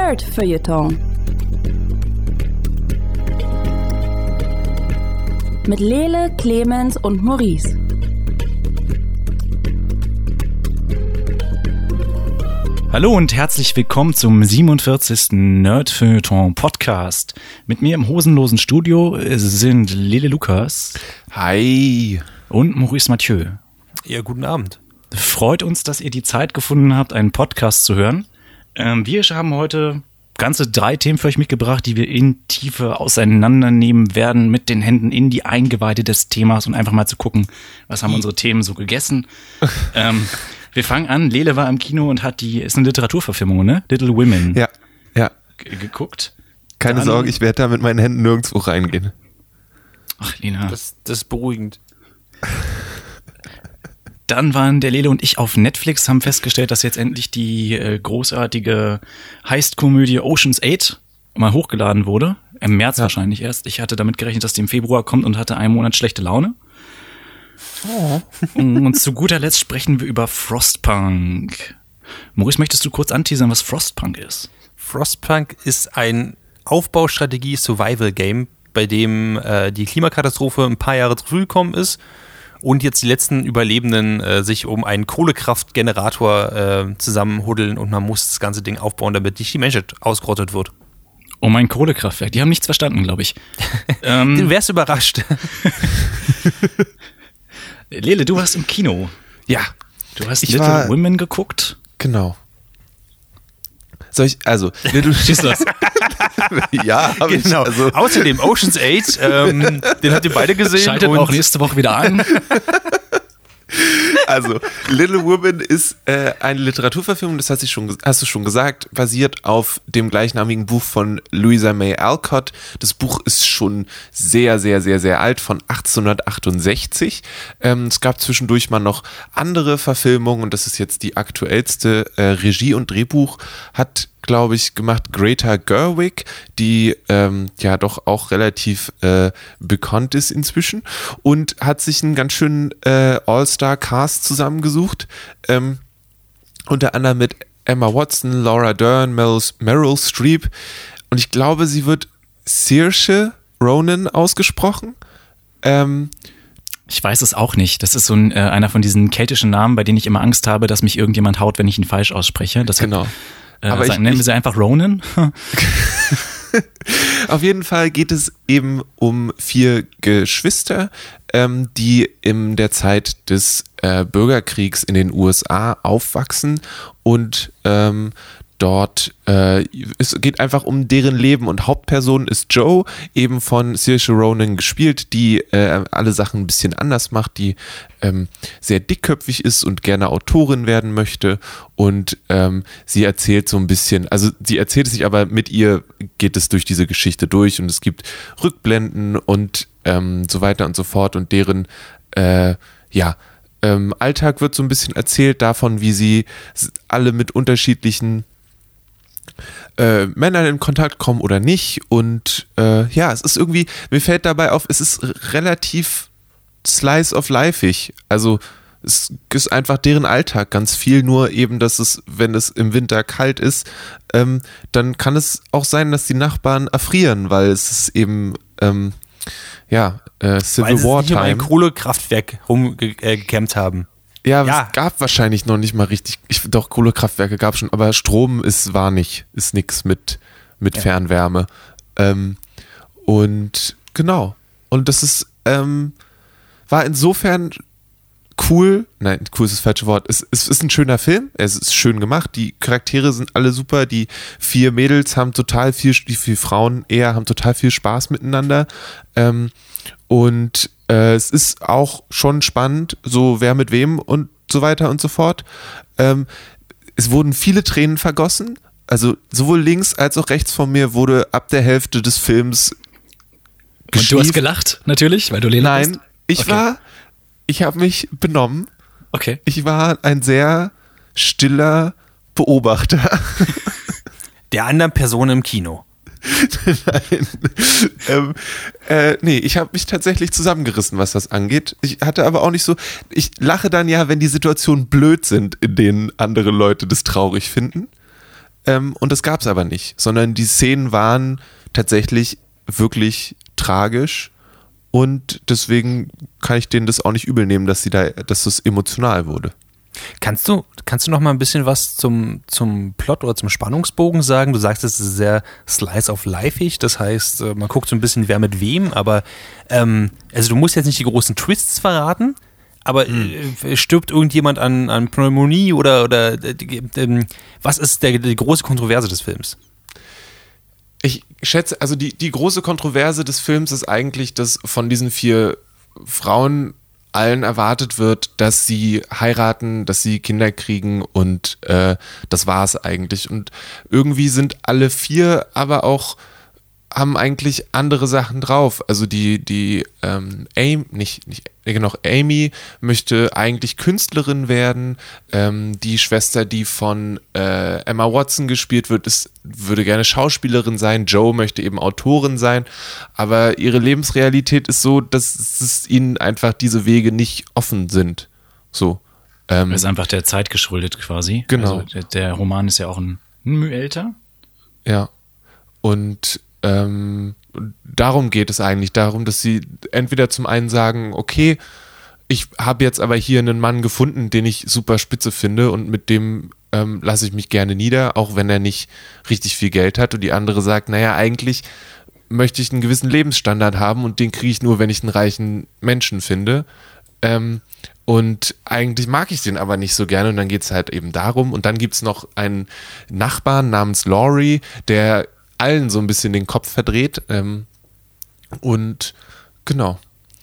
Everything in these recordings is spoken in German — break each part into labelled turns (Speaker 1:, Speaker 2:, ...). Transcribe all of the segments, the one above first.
Speaker 1: Nerd-Feuilleton. Mit Lele, Clemens und Maurice.
Speaker 2: Hallo und herzlich willkommen zum 47. Nerd-Feuilleton Podcast. Mit mir im hosenlosen Studio sind Lele Lukas.
Speaker 3: Hi.
Speaker 2: Und Maurice Mathieu.
Speaker 4: Ja, guten Abend.
Speaker 2: Freut uns, dass ihr die Zeit gefunden habt, einen Podcast zu hören. Wir haben heute ganze 3 Themen für euch mitgebracht, die wir in Tiefe auseinandernehmen werden, mit den Händen in die Eingeweide des Themas und einfach mal zu gucken, was haben unsere Themen so gegessen. Wir fangen an. Lele war im Kino und ist eine Literaturverfilmung, ne? Little Women.
Speaker 3: Ja.
Speaker 2: Geguckt.
Speaker 3: Keine Sorge, ich werde da mit meinen Händen nirgendwo reingehen.
Speaker 2: Ach, Lena.
Speaker 4: Das ist beruhigend.
Speaker 2: Dann waren der Lele und ich auf Netflix, haben festgestellt, dass jetzt endlich die großartige Heist-Komödie Ocean's 8 mal hochgeladen wurde. Im März wahrscheinlich erst. Ich hatte damit gerechnet, dass die im Februar kommt und hatte einen Monat schlechte Laune. Oh. Und zu guter Letzt sprechen wir über Frostpunk. Maurice, möchtest du kurz anteasern, was Frostpunk ist?
Speaker 4: Frostpunk ist ein Aufbaustrategie-Survival-Game, bei dem die Klimakatastrophe ein paar Jahre früh gekommen ist und jetzt die letzten Überlebenden sich um einen Kohlekraftgenerator zusammenhuddeln und man muss das ganze Ding aufbauen, damit nicht die Menschheit ausgerottet wird.
Speaker 2: Oh, mein Kohlekraftwerk. Die haben nichts verstanden, glaube ich.
Speaker 4: Du wärst überrascht.
Speaker 2: Lele, du warst im Kino.
Speaker 3: Ja.
Speaker 2: Du hast Little Women geguckt.
Speaker 3: Genau.
Speaker 2: Schieß los.
Speaker 3: Ja, habe ich.
Speaker 4: Genau.
Speaker 3: Also.
Speaker 4: Außerdem Ocean's 8, den habt ihr beide gesehen.
Speaker 2: Schaltet auch nächste Woche wieder ein.
Speaker 3: Also, Little Women ist eine Literaturverfilmung, das hast du schon gesagt, basiert auf dem gleichnamigen Buch von Louisa May Alcott. Das Buch ist schon sehr, sehr, sehr, sehr alt, von 1868. Es gab zwischendurch mal noch andere Verfilmungen und das ist jetzt die aktuellste. Regie und Drehbuch hat, glaube ich, gemacht Greta Gerwig, die ja doch auch relativ bekannt ist inzwischen und hat sich einen ganz schönen All-Star-Cast zusammengesucht. Unter anderem mit Emma Watson, Laura Dern, Meryl Streep und ich glaube, sie wird Saoirse Ronan ausgesprochen.
Speaker 2: Ich weiß es auch nicht. Das ist so einer von diesen keltischen Namen, bei denen ich immer Angst habe, dass mich irgendjemand haut, wenn ich ihn falsch ausspreche.
Speaker 3: Genau.
Speaker 2: Aber nennen wir sie einfach Ronan?
Speaker 3: Auf jeden Fall geht es eben um 4 Geschwister, die in der Zeit des Bürgerkriegs in den USA aufwachsen und dort, es geht einfach um deren Leben und Hauptperson ist Joe, eben von Saoirse Ronan gespielt, die alle Sachen ein bisschen anders macht, die sehr dickköpfig ist und gerne Autorin werden möchte und sie erzählt so ein bisschen, also sie erzählt es sich, aber mit ihr geht es durch diese Geschichte durch und es gibt Rückblenden und so weiter und so fort und deren, Alltag wird so ein bisschen erzählt davon, wie sie alle mit unterschiedlichen Männern in Kontakt kommen oder nicht und es ist irgendwie, mir fällt dabei auf, es ist relativ slice of lifeig, also es ist einfach deren Alltag ganz viel, nur eben, dass es, wenn es im Winter kalt ist, dann kann es auch sein, dass die Nachbarn erfrieren, weil es ist eben Civil War Time.
Speaker 4: Weil sie ein Kohlekraftwerk rumgekämmt haben.
Speaker 3: Ja, es gab wahrscheinlich noch nicht mal richtig, doch Kohlekraftwerke gab es schon, aber Strom ist nix mit Fernwärme. Und genau. Und das ist, war insofern cool, nein, cool ist das falsche Wort, es ist ein schöner Film, es ist schön gemacht, die Charaktere sind alle super, die 4 Mädels haben total viel, die 4 Frauen eher haben total viel Spaß miteinander, und es ist auch schon spannend, so wer mit wem und so weiter und so fort. Es wurden viele Tränen vergossen, also sowohl links als auch rechts von mir wurde ab der Hälfte des Films
Speaker 2: Und du hast gelacht, natürlich, weil du Lena bist?
Speaker 3: Nein, ich habe mich benommen.
Speaker 2: Okay.
Speaker 3: Ich war ein sehr stiller Beobachter.
Speaker 4: Der anderen Person im Kino.
Speaker 3: Nein. Ich habe mich tatsächlich zusammengerissen, was das angeht. Ich hatte aber auch nicht so, ich lache dann ja, wenn die Situationen blöd sind, in denen andere Leute das traurig finden. und das gab es aber nicht, sondern die Szenen waren tatsächlich wirklich tragisch und deswegen kann ich denen das auch nicht übel nehmen, dass das emotional wurde.
Speaker 4: Kannst du noch mal ein bisschen was zum Plot oder zum Spannungsbogen sagen? Du sagst, es ist sehr Slice of Life-ig, das heißt, man guckt so ein bisschen, wer mit wem, aber also du musst jetzt nicht die großen Twists verraten, aber stirbt irgendjemand an Pneumonie oder was ist die große Kontroverse des Films?
Speaker 3: Ich schätze, also die große Kontroverse des Films ist eigentlich, dass von diesen 4 Frauen allen erwartet wird, dass sie heiraten, dass sie Kinder kriegen und das war es eigentlich. Und irgendwie sind alle 4 aber auch, haben eigentlich andere Sachen drauf. Also Amy möchte eigentlich Künstlerin werden. Die Schwester, die von Emma Watson gespielt wird, würde gerne Schauspielerin sein. Joe möchte eben Autorin sein. Aber ihre Lebensrealität ist so, dass es ihnen einfach diese Wege nicht offen sind. So.
Speaker 2: Ist einfach der Zeit geschuldet quasi.
Speaker 3: Genau.
Speaker 2: Also der Roman ist ja auch ein Mühe älter.
Speaker 3: Ja. Und darum geht es eigentlich, darum, dass sie entweder zum einen sagen, okay, ich habe jetzt aber hier einen Mann gefunden, den ich super spitze finde und mit dem lasse ich mich gerne nieder, auch wenn er nicht richtig viel Geld hat, und die andere sagt, naja, eigentlich möchte ich einen gewissen Lebensstandard haben und den kriege ich nur, wenn ich einen reichen Menschen finde. Und eigentlich mag ich den aber nicht so gerne und dann geht es halt eben darum. Und dann gibt es noch einen Nachbarn namens Laurie, der allen so ein bisschen den Kopf verdreht. Und genau.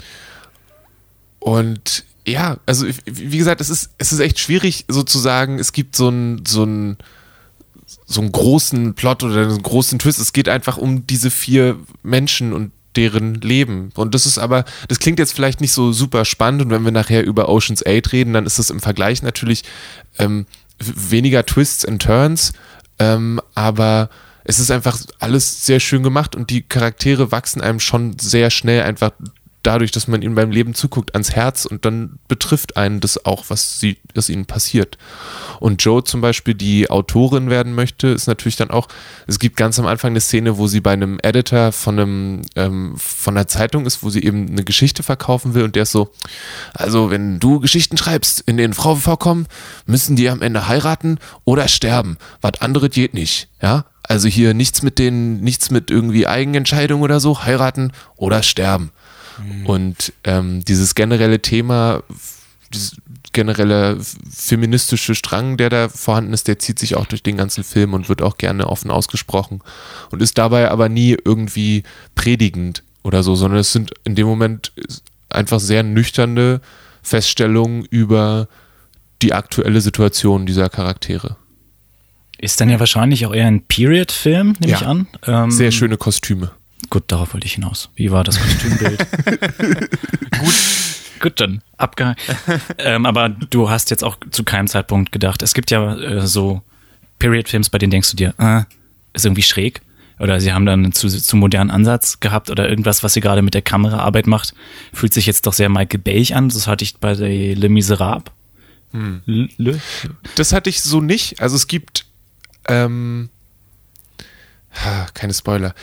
Speaker 3: Und ja, also wie gesagt, es ist echt schwierig sozusagen, es gibt so einen großen Plot oder einen großen Twist. Es geht einfach um diese 4 Menschen und deren Leben. Und das klingt jetzt vielleicht nicht so super spannend, und wenn wir nachher über Ocean's 8 reden, dann ist das im Vergleich natürlich weniger Twists and Turns, aber es ist einfach alles sehr schön gemacht und die Charaktere wachsen einem schon sehr schnell einfach dadurch, dass man ihnen beim Leben zuguckt, ans Herz, und dann betrifft einen das auch, was ihnen passiert. Und Joe zum Beispiel, die Autorin werden möchte, ist natürlich dann auch, es gibt ganz am Anfang eine Szene, wo sie bei einem Editor von einer Zeitung ist, wo sie eben eine Geschichte verkaufen will, und der ist so, also wenn du Geschichten schreibst, in denen Frauen vorkommen, müssen die am Ende heiraten oder sterben. Was anderes geht nicht, ja? Also hier nichts mit irgendwie Eigenentscheidung oder so, heiraten oder sterben. Und dieses generelle Thema, dieses generelle feministische Strang, der da vorhanden ist, der zieht sich auch durch den ganzen Film und wird auch gerne offen ausgesprochen und ist dabei aber nie irgendwie predigend oder so, sondern es sind in dem Moment einfach sehr nüchterne Feststellungen über die aktuelle Situation dieser Charaktere.
Speaker 2: Ist dann ja wahrscheinlich auch eher ein Period-Film, nehme ich an.
Speaker 3: Sehr schöne Kostüme.
Speaker 2: Gut, darauf wollte ich hinaus. Wie war das Kostümbild? Gut, dann abgehakt. Aber du hast jetzt auch zu keinem Zeitpunkt gedacht, es gibt ja so Period-Films, bei denen denkst du dir, ist irgendwie schräg. Oder sie haben dann einen zu modernen Ansatz gehabt oder irgendwas, was sie gerade mit der Kameraarbeit macht, fühlt sich jetzt doch sehr Michael Bay an. Das hatte ich bei Les Miserables.
Speaker 3: Das hatte ich so nicht. Also es gibt keine Spoiler.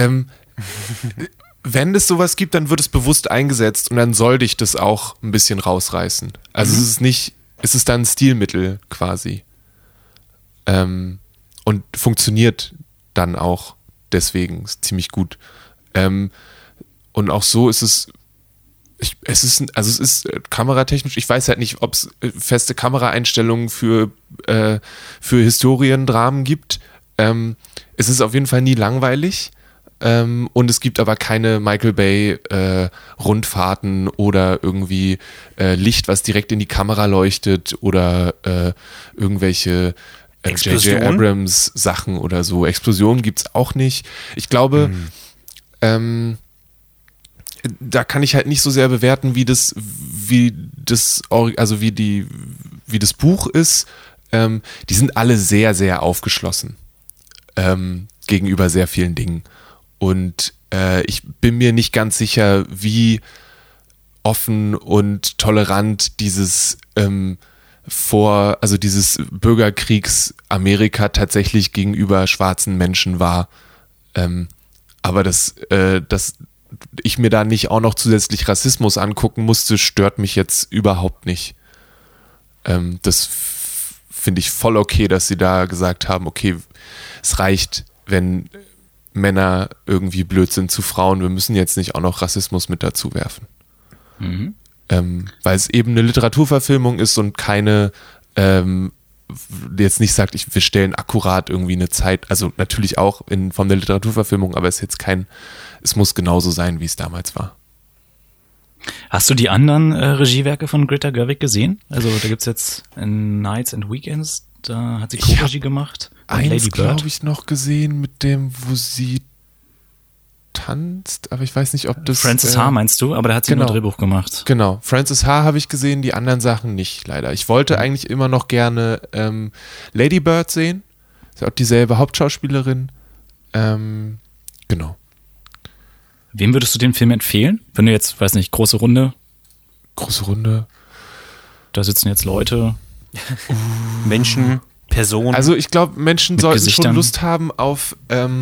Speaker 3: Wenn es sowas gibt, dann wird es bewusst eingesetzt und dann soll dich das auch ein bisschen rausreißen. Also es ist dann ein Stilmittel quasi. Und funktioniert dann auch deswegen ziemlich gut. Und auch so ist es ist kameratechnisch, ich weiß halt nicht, ob es feste Kameraeinstellungen für Historiendramen gibt. Es ist auf jeden Fall nie langweilig. Und es gibt aber keine Michael Bay Rundfahrten oder irgendwie Licht, was direkt in die Kamera leuchtet oder irgendwelche J.J. Abrams Sachen oder so. Explosionen gibt's auch nicht. Ich glaube, da kann ich halt nicht so sehr bewerten, wie das Buch ist. Die sind alle sehr, sehr aufgeschlossen gegenüber sehr vielen Dingen. Und ich bin mir nicht ganz sicher, wie offen und tolerant dieses also dieses Bürgerkriegs-Amerika tatsächlich gegenüber schwarzen Menschen war. Aber dass ich mir da nicht auch noch zusätzlich Rassismus angucken musste, stört mich jetzt überhaupt nicht. Das finde ich voll okay, dass sie da gesagt haben, okay, es reicht, wenn Männer irgendwie blöd sind zu Frauen, wir müssen jetzt nicht auch noch Rassismus mit dazu werfen.
Speaker 2: Mhm.
Speaker 3: Weil es eben eine Literaturverfilmung ist und keine, jetzt nicht sagt, wir stellen akkurat irgendwie eine Zeit, also natürlich auch in Form der Literaturverfilmung, aber es ist jetzt es muss genauso sein, wie es damals war.
Speaker 2: Hast du die anderen Regiewerke von Greta Gerwig gesehen? Also da gibt's jetzt Nights and Weekends, da hat sie Co-Regie gemacht.
Speaker 3: Eins, glaube ich, noch gesehen mit dem, wo sie tanzt, aber ich weiß nicht, ob das...
Speaker 2: Frances Ha meinst du? Aber da hat sie nur Drehbuch gemacht.
Speaker 3: Genau, Frances Ha habe ich gesehen, die anderen Sachen nicht, leider. Ich wollte eigentlich immer noch gerne Lady Bird sehen. Ist auch dieselbe Hauptschauspielerin. Genau.
Speaker 2: Wem würdest du den Film empfehlen? Wenn du jetzt, weiß nicht, große Runde.
Speaker 3: Große Runde.
Speaker 2: Da sitzen jetzt Leute.
Speaker 4: Menschen, Personen.
Speaker 3: Also ich glaube, Menschen sollten
Speaker 2: Gesichtern.
Speaker 3: schon Lust haben auf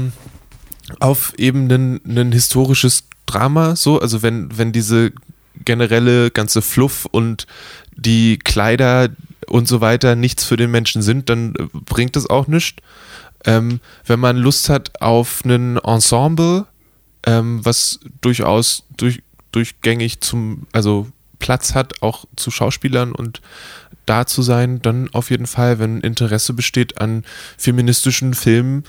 Speaker 3: eben ein historisches Drama, so, also wenn diese generelle ganze Fluff und die Kleider und so weiter nichts für den Menschen sind, dann bringt es auch nichts. Wenn man Lust hat auf ein Ensemble, was durchaus durchgängig also Platz hat, auch zu Schauspielern und da zu sein, dann auf jeden Fall, wenn Interesse besteht an feministischen Filmen,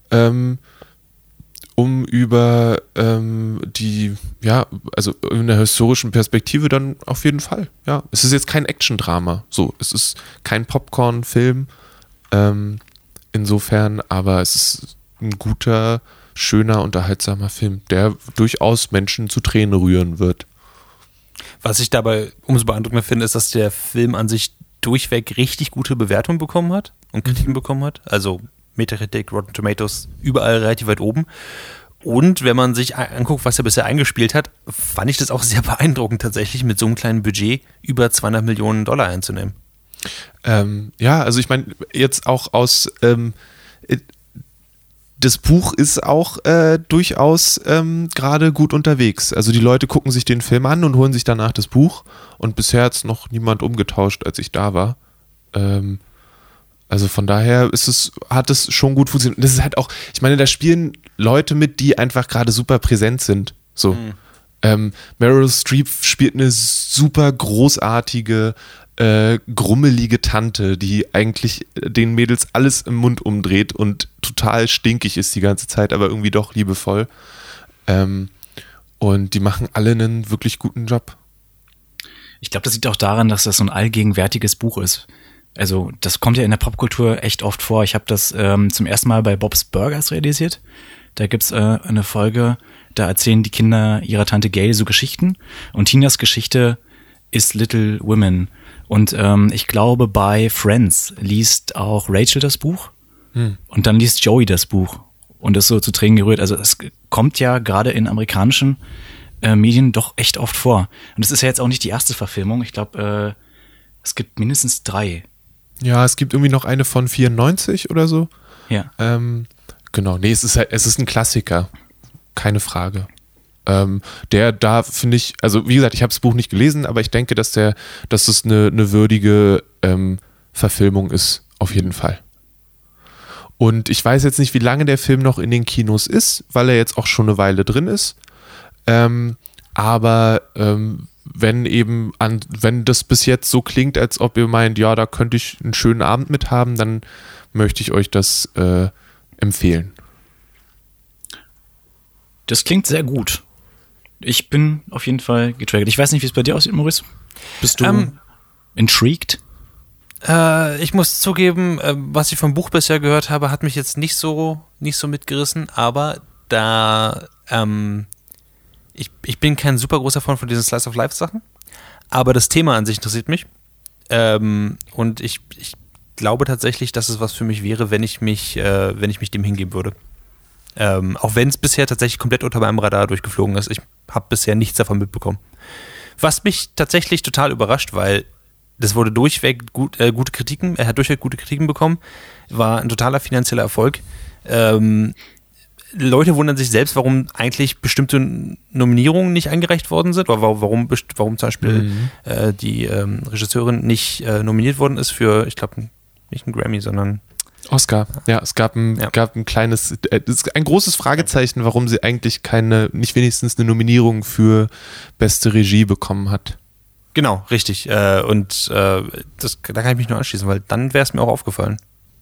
Speaker 3: um über also in einer historischen Perspektive dann auf jeden Fall. Ja, es ist jetzt kein Action-Drama, so, es ist kein Popcorn-Film, insofern, aber es ist ein guter, schöner, unterhaltsamer Film, der durchaus Menschen zu Tränen rühren wird.
Speaker 4: Was ich dabei umso beeindruckender finde, ist, dass der Film an sich durchweg richtig gute Bewertungen bekommen hat und Kritiken bekommen hat. Also Metacritic, Rotten Tomatoes, überall relativ weit oben. Und wenn man sich anguckt, was er bisher eingespielt hat, fand ich das auch sehr beeindruckend, tatsächlich mit so einem kleinen Budget über $200 Millionen einzunehmen.
Speaker 3: Ja, also ich meine, jetzt auch aus das Buch ist auch durchaus gerade gut unterwegs. Also die Leute gucken sich den Film an und holen sich danach das Buch. Und bisher hat es noch niemand umgetauscht, als ich da war. Also von daher hat es schon gut funktioniert. Das ist halt auch, ich meine, da spielen Leute mit, die einfach gerade super präsent sind. So. Meryl Streep spielt eine super großartige, grummelige Tante, die eigentlich den Mädels alles im Mund umdreht und total stinkig ist die ganze Zeit, aber irgendwie doch liebevoll. Und die machen alle einen wirklich guten Job.
Speaker 2: Ich glaube, das liegt auch daran, dass das so ein allgegenwärtiges Buch ist. Also das kommt ja in der Popkultur echt oft vor. Ich habe das zum ersten Mal bei Bob's Burgers realisiert. Da gibt's eine Folge, da erzählen die Kinder ihrer Tante Gail so Geschichten. Und Tinas Geschichte ist Little Women. Und ich glaube, bei Friends liest auch Rachel das Buch. Und dann liest Joey das Buch. Und ist so zu Tränen gerührt. Also es kommt ja gerade in amerikanischen Medien doch echt oft vor. Und es ist ja jetzt auch nicht die erste Verfilmung. Ich glaube, es gibt mindestens 3.
Speaker 3: Ja, es gibt irgendwie noch eine von 94 oder so.
Speaker 2: Ja.
Speaker 3: Genau, nee, es ist ein Klassiker. Keine Frage. Der da finde ich, also wie gesagt, ich habe das Buch nicht gelesen, aber ich denke, dass es eine würdige Verfilmung ist, auf jeden Fall. Und ich weiß jetzt nicht, wie lange der Film noch in den Kinos ist, weil er jetzt auch schon eine Weile drin ist. Aber wenn das bis jetzt so klingt, als ob ihr meint, ja, da könnte ich einen schönen Abend mit haben, dann möchte ich euch das empfehlen.
Speaker 2: Das klingt sehr gut. Ich bin auf jeden Fall getriggert. Ich weiß nicht, wie es bei dir aussieht, Maurice. Bist du intrigued?
Speaker 4: Ich muss zugeben, was ich vom Buch bisher gehört habe, hat mich jetzt nicht so mitgerissen, aber ich bin kein super großer Freund von diesen Slice of Life Sachen, aber das Thema an sich interessiert mich. Und ich glaube tatsächlich, dass es was für mich wäre, wenn ich mich dem hingeben würde. Auch wenn es bisher tatsächlich komplett unter meinem Radar durchgeflogen ist. Ich habe bisher nichts davon mitbekommen. Was mich tatsächlich total überrascht, weil das wurde durchweg gute Kritiken, er hat durchweg gute Kritiken bekommen, war ein totaler finanzieller Erfolg. Leute wundern sich selbst, warum eigentlich bestimmte Nominierungen nicht eingereicht worden sind, oder warum zum Beispiel die Regisseurin nicht nominiert worden ist für, ich glaube, nicht einen Grammy, sondern
Speaker 3: Oscar. Ja, es gab ein kleines, ein großes Fragezeichen, warum sie eigentlich nicht wenigstens eine Nominierung für beste Regie bekommen hat.
Speaker 4: Genau, richtig. Da kann ich mich nur anschließen, weil dann wäre es mir auch aufgefallen.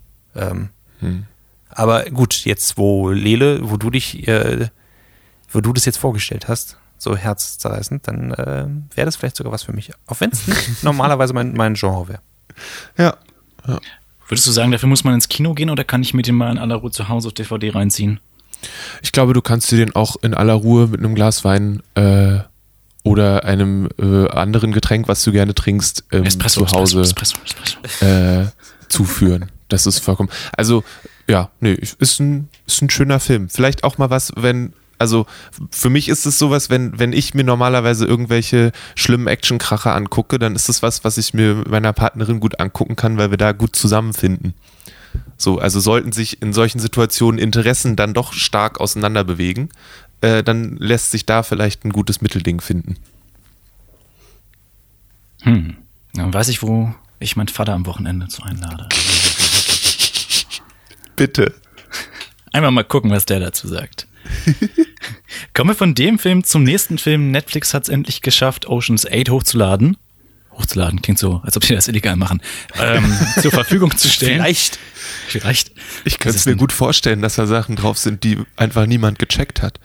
Speaker 4: Aber gut, jetzt wo du das jetzt vorgestellt hast, so herzzerreißend, dann wäre das vielleicht sogar was für mich. Auch wenn es nicht normalerweise mein Genre wäre.
Speaker 3: Ja.
Speaker 2: Würdest du sagen, dafür muss man ins Kino gehen oder kann ich mir den mal in aller Ruhe zu Hause auf DVD reinziehen?
Speaker 3: Ich glaube, du kannst dir den auch in aller Ruhe mit einem Glas Wein oder einem anderen Getränk, was du gerne trinkst, zu Hause zuführen. Das ist vollkommen. Also, ja, ist ein schöner Film. Vielleicht auch mal was, also für mich ist es sowas, wenn ich mir normalerweise irgendwelche schlimmen Actionkracher angucke, dann ist das was ich mir mit meiner Partnerin gut angucken kann, weil wir da gut zusammenfinden. So, also sollten sich in solchen Situationen Interessen dann doch stark auseinander bewegen, dann lässt sich da vielleicht ein gutes Mittelding finden.
Speaker 2: Dann weiß ich, wo ich meinen Vater am Wochenende zu einlade.
Speaker 3: Bitte.
Speaker 2: Einmal mal gucken, was der dazu sagt. Kommen wir von dem Film zum nächsten Film. Netflix hat es endlich geschafft, Ocean's 8 hochzuladen. Hochzuladen klingt so, als ob sie das illegal machen. Zur Verfügung zu stellen. Vielleicht.
Speaker 3: Ich könnte es mir gut vorstellen, dass da Sachen drauf sind, die einfach niemand gecheckt hat.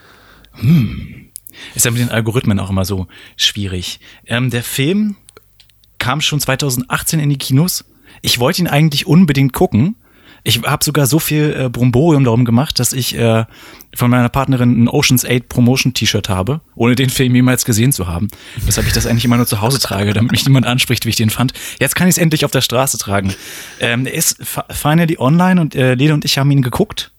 Speaker 2: Ist ja mit den Algorithmen auch immer so schwierig. Der Film kam schon 2018 in die Kinos. Ich wollte ihn eigentlich unbedingt gucken. Ich habe sogar so viel Bromborium darum gemacht, dass ich von meiner Partnerin ein Ocean's 8 Promotion-T-Shirt habe, ohne den Film jemals gesehen zu haben. Weshalb ich das eigentlich immer nur zu Hause trage, damit mich niemand anspricht, wie ich den fand. Jetzt kann ich es endlich auf der Straße tragen. Er ist finally online und Lele und ich haben ihn geguckt.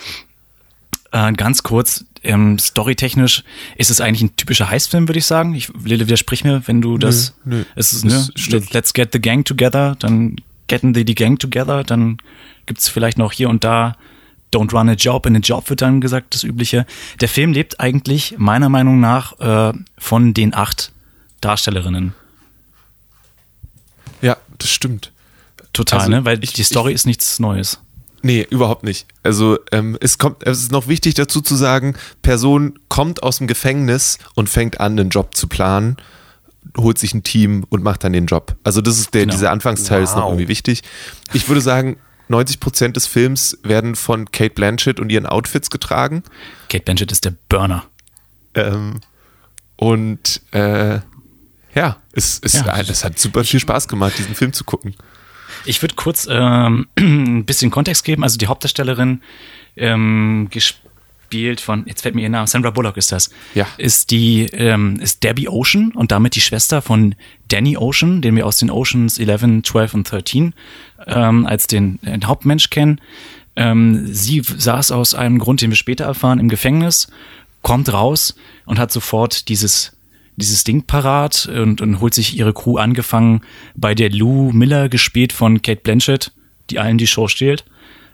Speaker 2: Ganz kurz, storytechnisch ist es eigentlich ein typischer Heistfilm, würde ich sagen. Lele, widersprich mir, wenn du das...
Speaker 3: Nö.
Speaker 2: Es ist, let's get the gang together, dann getten die Gang together, dann gibt's vielleicht noch hier und da Don't run a job, in a job wird dann gesagt, das Übliche. Der Film lebt eigentlich meiner Meinung nach von den 8 Darstellerinnen.
Speaker 3: Ja, das stimmt.
Speaker 2: Total,
Speaker 3: also
Speaker 2: ne? Weil die Story ist nichts Neues.
Speaker 3: Nee, überhaupt nicht. Also es ist noch wichtig dazu zu sagen, Person kommt aus dem Gefängnis und fängt an, einen Job zu planen, holt sich ein Team und macht dann den Job. Also das ist dieser Anfangsteil ist noch irgendwie wichtig. Ich würde sagen, 90% des Films werden von Cate Blanchett und ihren Outfits getragen.
Speaker 2: Cate Blanchett ist der Burner.
Speaker 3: Es hat super viel Spaß gemacht, diesen Film zu gucken.
Speaker 2: Ich würde kurz ein bisschen Kontext geben. Also die Hauptdarstellerin gespielt von, jetzt fällt mir ihr Name, Sandra Bullock ist das.
Speaker 3: Ja.
Speaker 2: Ist Debbie Ocean und damit die Schwester von Danny Ocean, den wir aus den Oceans 11, 12 und 13 als den Hauptmensch kennen. Sie saß aus einem Grund, den wir später erfahren, im Gefängnis, kommt raus und hat sofort dieses Ding parat und holt sich ihre Crew, angefangen bei der Lou Miller, gespielt von Cate Blanchett, die allen die Show stiehlt,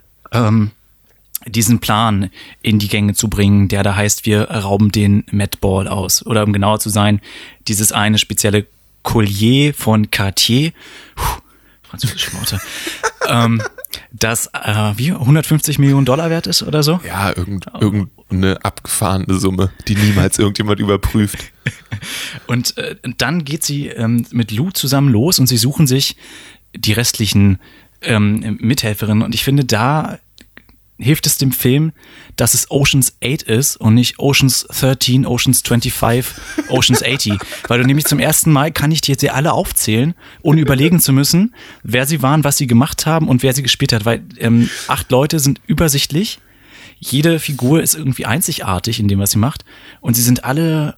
Speaker 2: diesen Plan in die Gänge zu bringen, der da heißt, wir rauben den Met Ball aus. Oder um genauer zu sein, dieses eine spezielle Collier von Cartier, französische Worte, das wie 150 Millionen Dollar wert ist oder so?
Speaker 3: Ja, irgendeine abgefahrene Summe, die niemals irgendjemand überprüft.
Speaker 2: Und dann geht sie mit Lou zusammen los und sie suchen sich die restlichen Mithelferinnen. Und ich finde, da hilft es dem Film, dass es Ocean's 8 ist und nicht Ocean's 13, Ocean's 25, Ocean's 80. Weil du nämlich zum ersten Mal kann ich dir jetzt alle aufzählen, ohne überlegen zu müssen, wer sie waren, was sie gemacht haben und wer sie gespielt hat. Weil 8 Leute sind übersichtlich. Jede Figur ist irgendwie einzigartig in dem, was sie macht. Und sie sind alle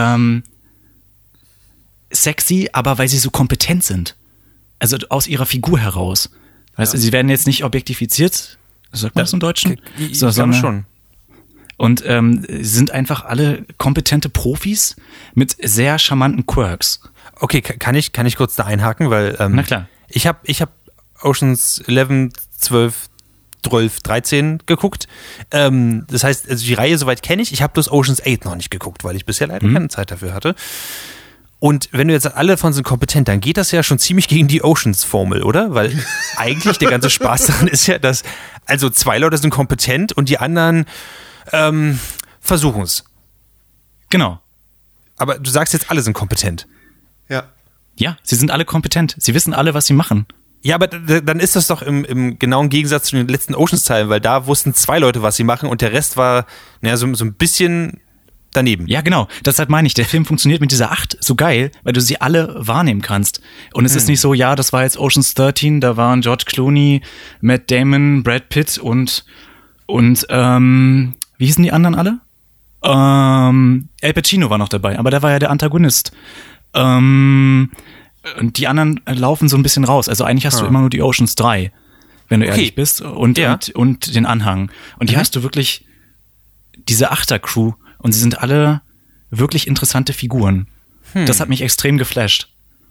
Speaker 2: sexy, aber weil sie so kompetent sind. Also aus ihrer Figur heraus. Weißt du, sie werden jetzt nicht objektifiziert. Sagt man das im Deutschen?
Speaker 4: Ich glaube schon.
Speaker 2: Und sie sind einfach alle kompetente Profis mit sehr charmanten Quirks.
Speaker 4: Okay, kann ich kurz da einhaken, weil
Speaker 2: Na klar.
Speaker 4: Ich hab Oceans 11, 12, 12, 13 geguckt. Das heißt, also die Reihe soweit kenne ich. Ich habe bloß Oceans 8 noch nicht geguckt, weil ich bisher leider keine Zeit dafür hatte. Und wenn du jetzt sagst, alle davon sind kompetent, dann geht das ja schon ziemlich gegen die Oceans-Formel, oder? Weil eigentlich der ganze Spaß daran ist ja, dass also 2 Leute sind kompetent und die anderen versuchen es.
Speaker 2: Genau.
Speaker 4: Aber du sagst jetzt, alle sind kompetent.
Speaker 3: Ja.
Speaker 2: Ja, sie sind alle kompetent. Sie wissen alle, was sie machen.
Speaker 4: Ja, aber dann ist das doch im genauen Gegensatz zu den letzten Oceans-Teilen, weil da wussten 2 Leute, was sie machen und der Rest war so ein bisschen daneben.
Speaker 2: Ja, genau. Deshalb meine ich, der Film funktioniert mit dieser 8 so geil, weil du sie alle wahrnehmen kannst. Und es ist nicht so, ja, das war jetzt Oceans 13, da waren George Clooney, Matt Damon, Brad Pitt und wie hießen die anderen alle? Al Pacino war noch dabei, aber der war ja der Antagonist. Und die anderen laufen so ein bisschen raus. Also eigentlich hast du immer nur die Oceans 3, wenn du ehrlich bist, und den Anhang. Und hier hast du wirklich diese Achter-Crew und sie sind alle wirklich interessante Figuren. Das hat mich extrem geflasht.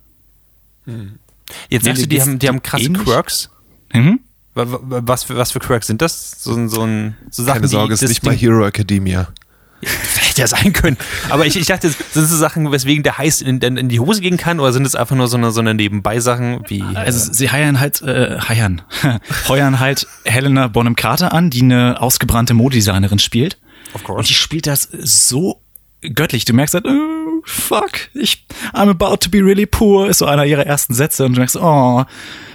Speaker 4: Jetzt sagst du, die haben krasse Quirks. Was für Quirks sind das? So Sachen,
Speaker 3: keine Sorge, es ist nicht mal Hero Academia.
Speaker 4: Hätte ja sein können. Aber ich dachte, sind es so Sachen, weswegen der Heiß in die Hose gehen kann, oder sind es einfach nur so eine Nebenbei-Sachen wie.
Speaker 2: Also sie heuern halt Helena Bonham Carter an, die eine ausgebrannte Modedesignerin spielt.
Speaker 4: Of course.
Speaker 2: Und die spielt das so göttlich. Du merkst halt, oh, fuck, I'm about to be really poor, ist so einer ihrer ersten Sätze. Und du merkst, oh,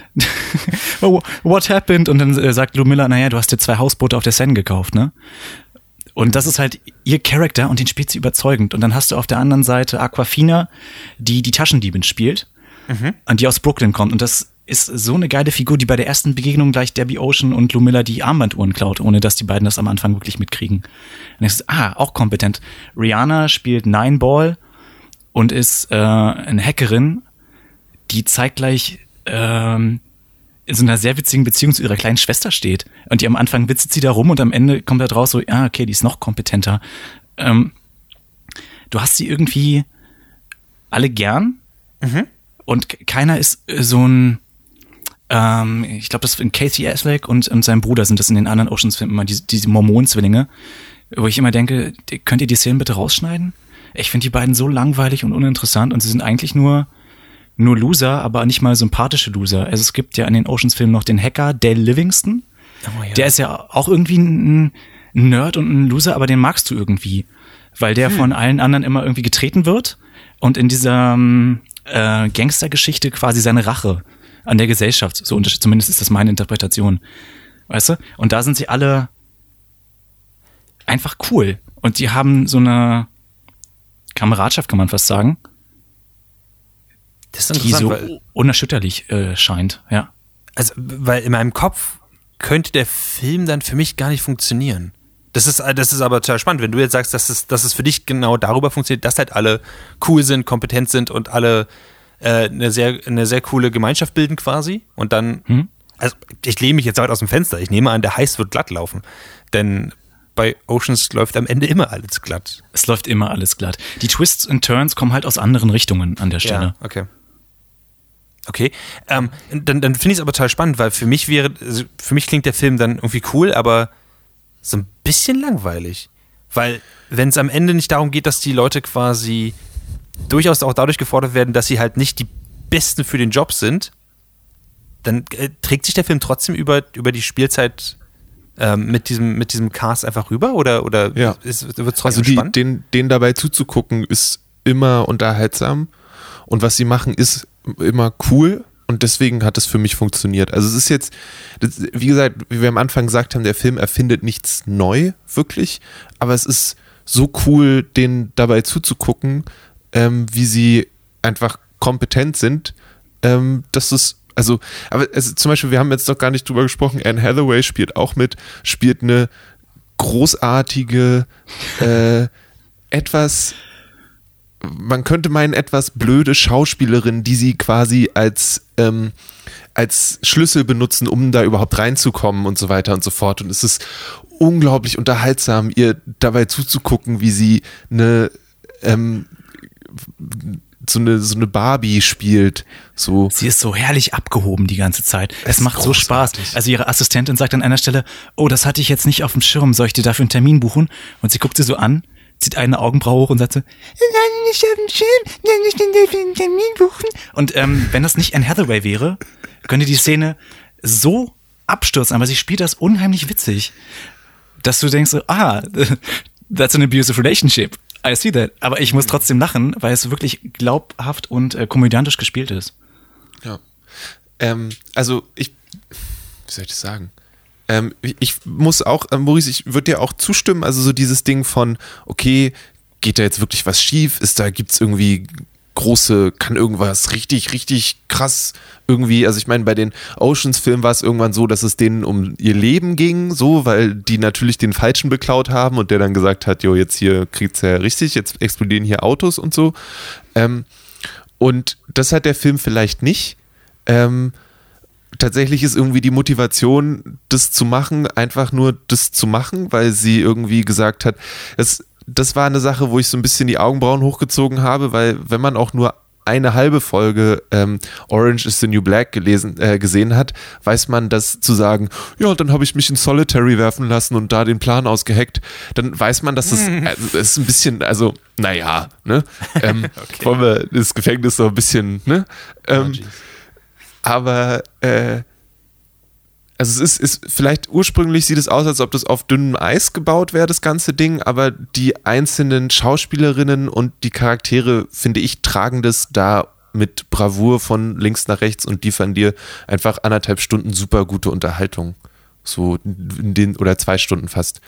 Speaker 2: what happened? Und dann sagt Lou Miller, naja, du hast dir 2 Hausboote auf der Seine gekauft, ne? Und das ist halt ihr Charakter und den spielt sie überzeugend. Und dann hast du auf der anderen Seite Aquafina, die Taschendiebin spielt und die aus Brooklyn kommt. Und das ist so eine geile Figur, die bei der ersten Begegnung gleich Debbie Ocean und Lou Miller die Armbanduhren klaut, ohne dass die beiden das am Anfang wirklich mitkriegen. Und ich so, auch kompetent. Rihanna spielt Nineball und ist eine Hackerin, die zeitgleich in so einer sehr witzigen Beziehung zu ihrer kleinen Schwester steht. Und die am Anfang witzelt sie da rum und am Ende kommt da draus so, okay, die ist noch kompetenter. Du hast sie irgendwie alle gern und keiner ist so ein ich glaube, das in Casey Affleck und sein Bruder sind das in den anderen Oceans-Filmen immer diese Mormon-Zwillinge, wo ich immer denke, könnt ihr die Szenen bitte rausschneiden? Ich finde die beiden so langweilig und uninteressant und sie sind eigentlich nur Loser, aber nicht mal sympathische Loser. Also es gibt ja in den Oceans-Filmen noch den Hacker Dale Livingston. Oh, ja. Der ist ja auch irgendwie ein Nerd und ein Loser, aber den magst du irgendwie. Weil der von allen anderen immer irgendwie getreten wird und in dieser Gangstergeschichte quasi seine Rache an der Gesellschaft, so zumindest ist das meine Interpretation. Weißt du? Und da sind sie alle einfach cool. Und die haben so eine Kameradschaft, kann man fast sagen,
Speaker 4: das ist
Speaker 2: die so unerschütterlich scheint, ja.
Speaker 4: Also, weil in meinem Kopf könnte der Film dann für mich gar nicht funktionieren. Das ist aber total spannend, wenn du jetzt sagst, dass es für dich genau darüber funktioniert, dass halt alle cool sind, kompetent sind und alle eine sehr coole Gemeinschaft bilden quasi. Und dann, also ich lehne mich jetzt weit aus dem Fenster. Ich nehme an, der Heiß wird glatt laufen. Denn bei Oceans läuft am Ende immer alles glatt.
Speaker 2: Es läuft immer alles glatt. Die Twists und Turns kommen halt aus anderen Richtungen an der Stelle.
Speaker 4: Ja, okay. Dann finde ich es aber total spannend, weil für mich klingt der Film dann irgendwie cool, aber so ein bisschen langweilig. Weil wenn es am Ende nicht darum geht, dass die Leute quasi durchaus auch dadurch gefordert werden, dass sie halt nicht die Besten für den Job sind, dann trägt sich der Film trotzdem über die Spielzeit mit diesem Cast einfach rüber? Oder
Speaker 3: ja.
Speaker 4: wird es trotzdem spannend?
Speaker 3: Denen dabei zuzugucken ist immer unterhaltsam und was sie machen ist immer cool und deswegen hat es für mich funktioniert. Also es ist jetzt, wie gesagt, wie wir am Anfang gesagt haben, der Film erfindet nichts neu, wirklich, aber es ist so cool, denen dabei zuzugucken, wie sie einfach kompetent sind, dass es, also, aber zum Beispiel, wir haben jetzt noch gar nicht drüber gesprochen, Anne Hathaway spielt auch mit, spielt eine großartige, man könnte meinen, etwas blöde Schauspielerin, die sie quasi als Schlüssel benutzen, um da überhaupt reinzukommen und so weiter und so fort. Und es ist unglaublich unterhaltsam, ihr dabei zuzugucken, wie sie so eine Barbie spielt. So.
Speaker 2: Sie ist so herrlich abgehoben die ganze Zeit. Es macht so
Speaker 3: großartig.
Speaker 2: Spaß. Also ihre Assistentin sagt an einer Stelle, oh, das hatte ich jetzt nicht auf dem Schirm, soll ich dir dafür einen Termin buchen? Und sie guckt sie so an, zieht eine Augenbraue hoch und sagt so, nein, nicht auf dem Schirm, nein, ich kann dafür einen Termin buchen. Und wenn das nicht Anne Hathaway wäre, könnte die Szene so abstürzen, aber sie spielt das unheimlich witzig, dass du denkst so, that's an abusive relationship. I see that. Aber ich muss trotzdem lachen, weil es wirklich glaubhaft und komödiantisch gespielt ist.
Speaker 3: Ja. Also wie soll ich das sagen? Ich muss auch, Maurice, ich würde dir auch zustimmen, also so dieses Ding von, okay, geht da jetzt wirklich was schief? Gibt's irgendwie kann irgendwas richtig, richtig krass irgendwie, also ich meine, bei den Oceans-Filmen war es irgendwann so, dass es denen um ihr Leben ging, so, weil die natürlich den Falschen beklaut haben und der dann gesagt hat, jo, jetzt hier kriegt's ja richtig, jetzt explodieren hier Autos und so. Und das hat der Film vielleicht nicht. Tatsächlich ist irgendwie die Motivation, das zu machen, einfach nur das zu machen, weil sie irgendwie gesagt hat, das war eine Sache, wo ich so ein bisschen die Augenbrauen hochgezogen habe, weil wenn man auch nur eine halbe Folge Orange is the New Black gesehen hat, weiß man, dass zu sagen, ja, dann habe ich mich in Solitary werfen lassen und da den Plan ausgeheckt, dann weiß man, dass das ist ein bisschen, also, naja, ne? Wollen wir das Gefängnis so ein bisschen, ne? Aber also es ist vielleicht ursprünglich sieht es aus, als ob das auf dünnem Eis gebaut wäre, das ganze Ding, aber die einzelnen Schauspielerinnen und die Charaktere, finde ich, tragen das da mit Bravour von links nach rechts und liefern dir einfach 1,5 Stunden super gute Unterhaltung. So oder 2 Stunden fast.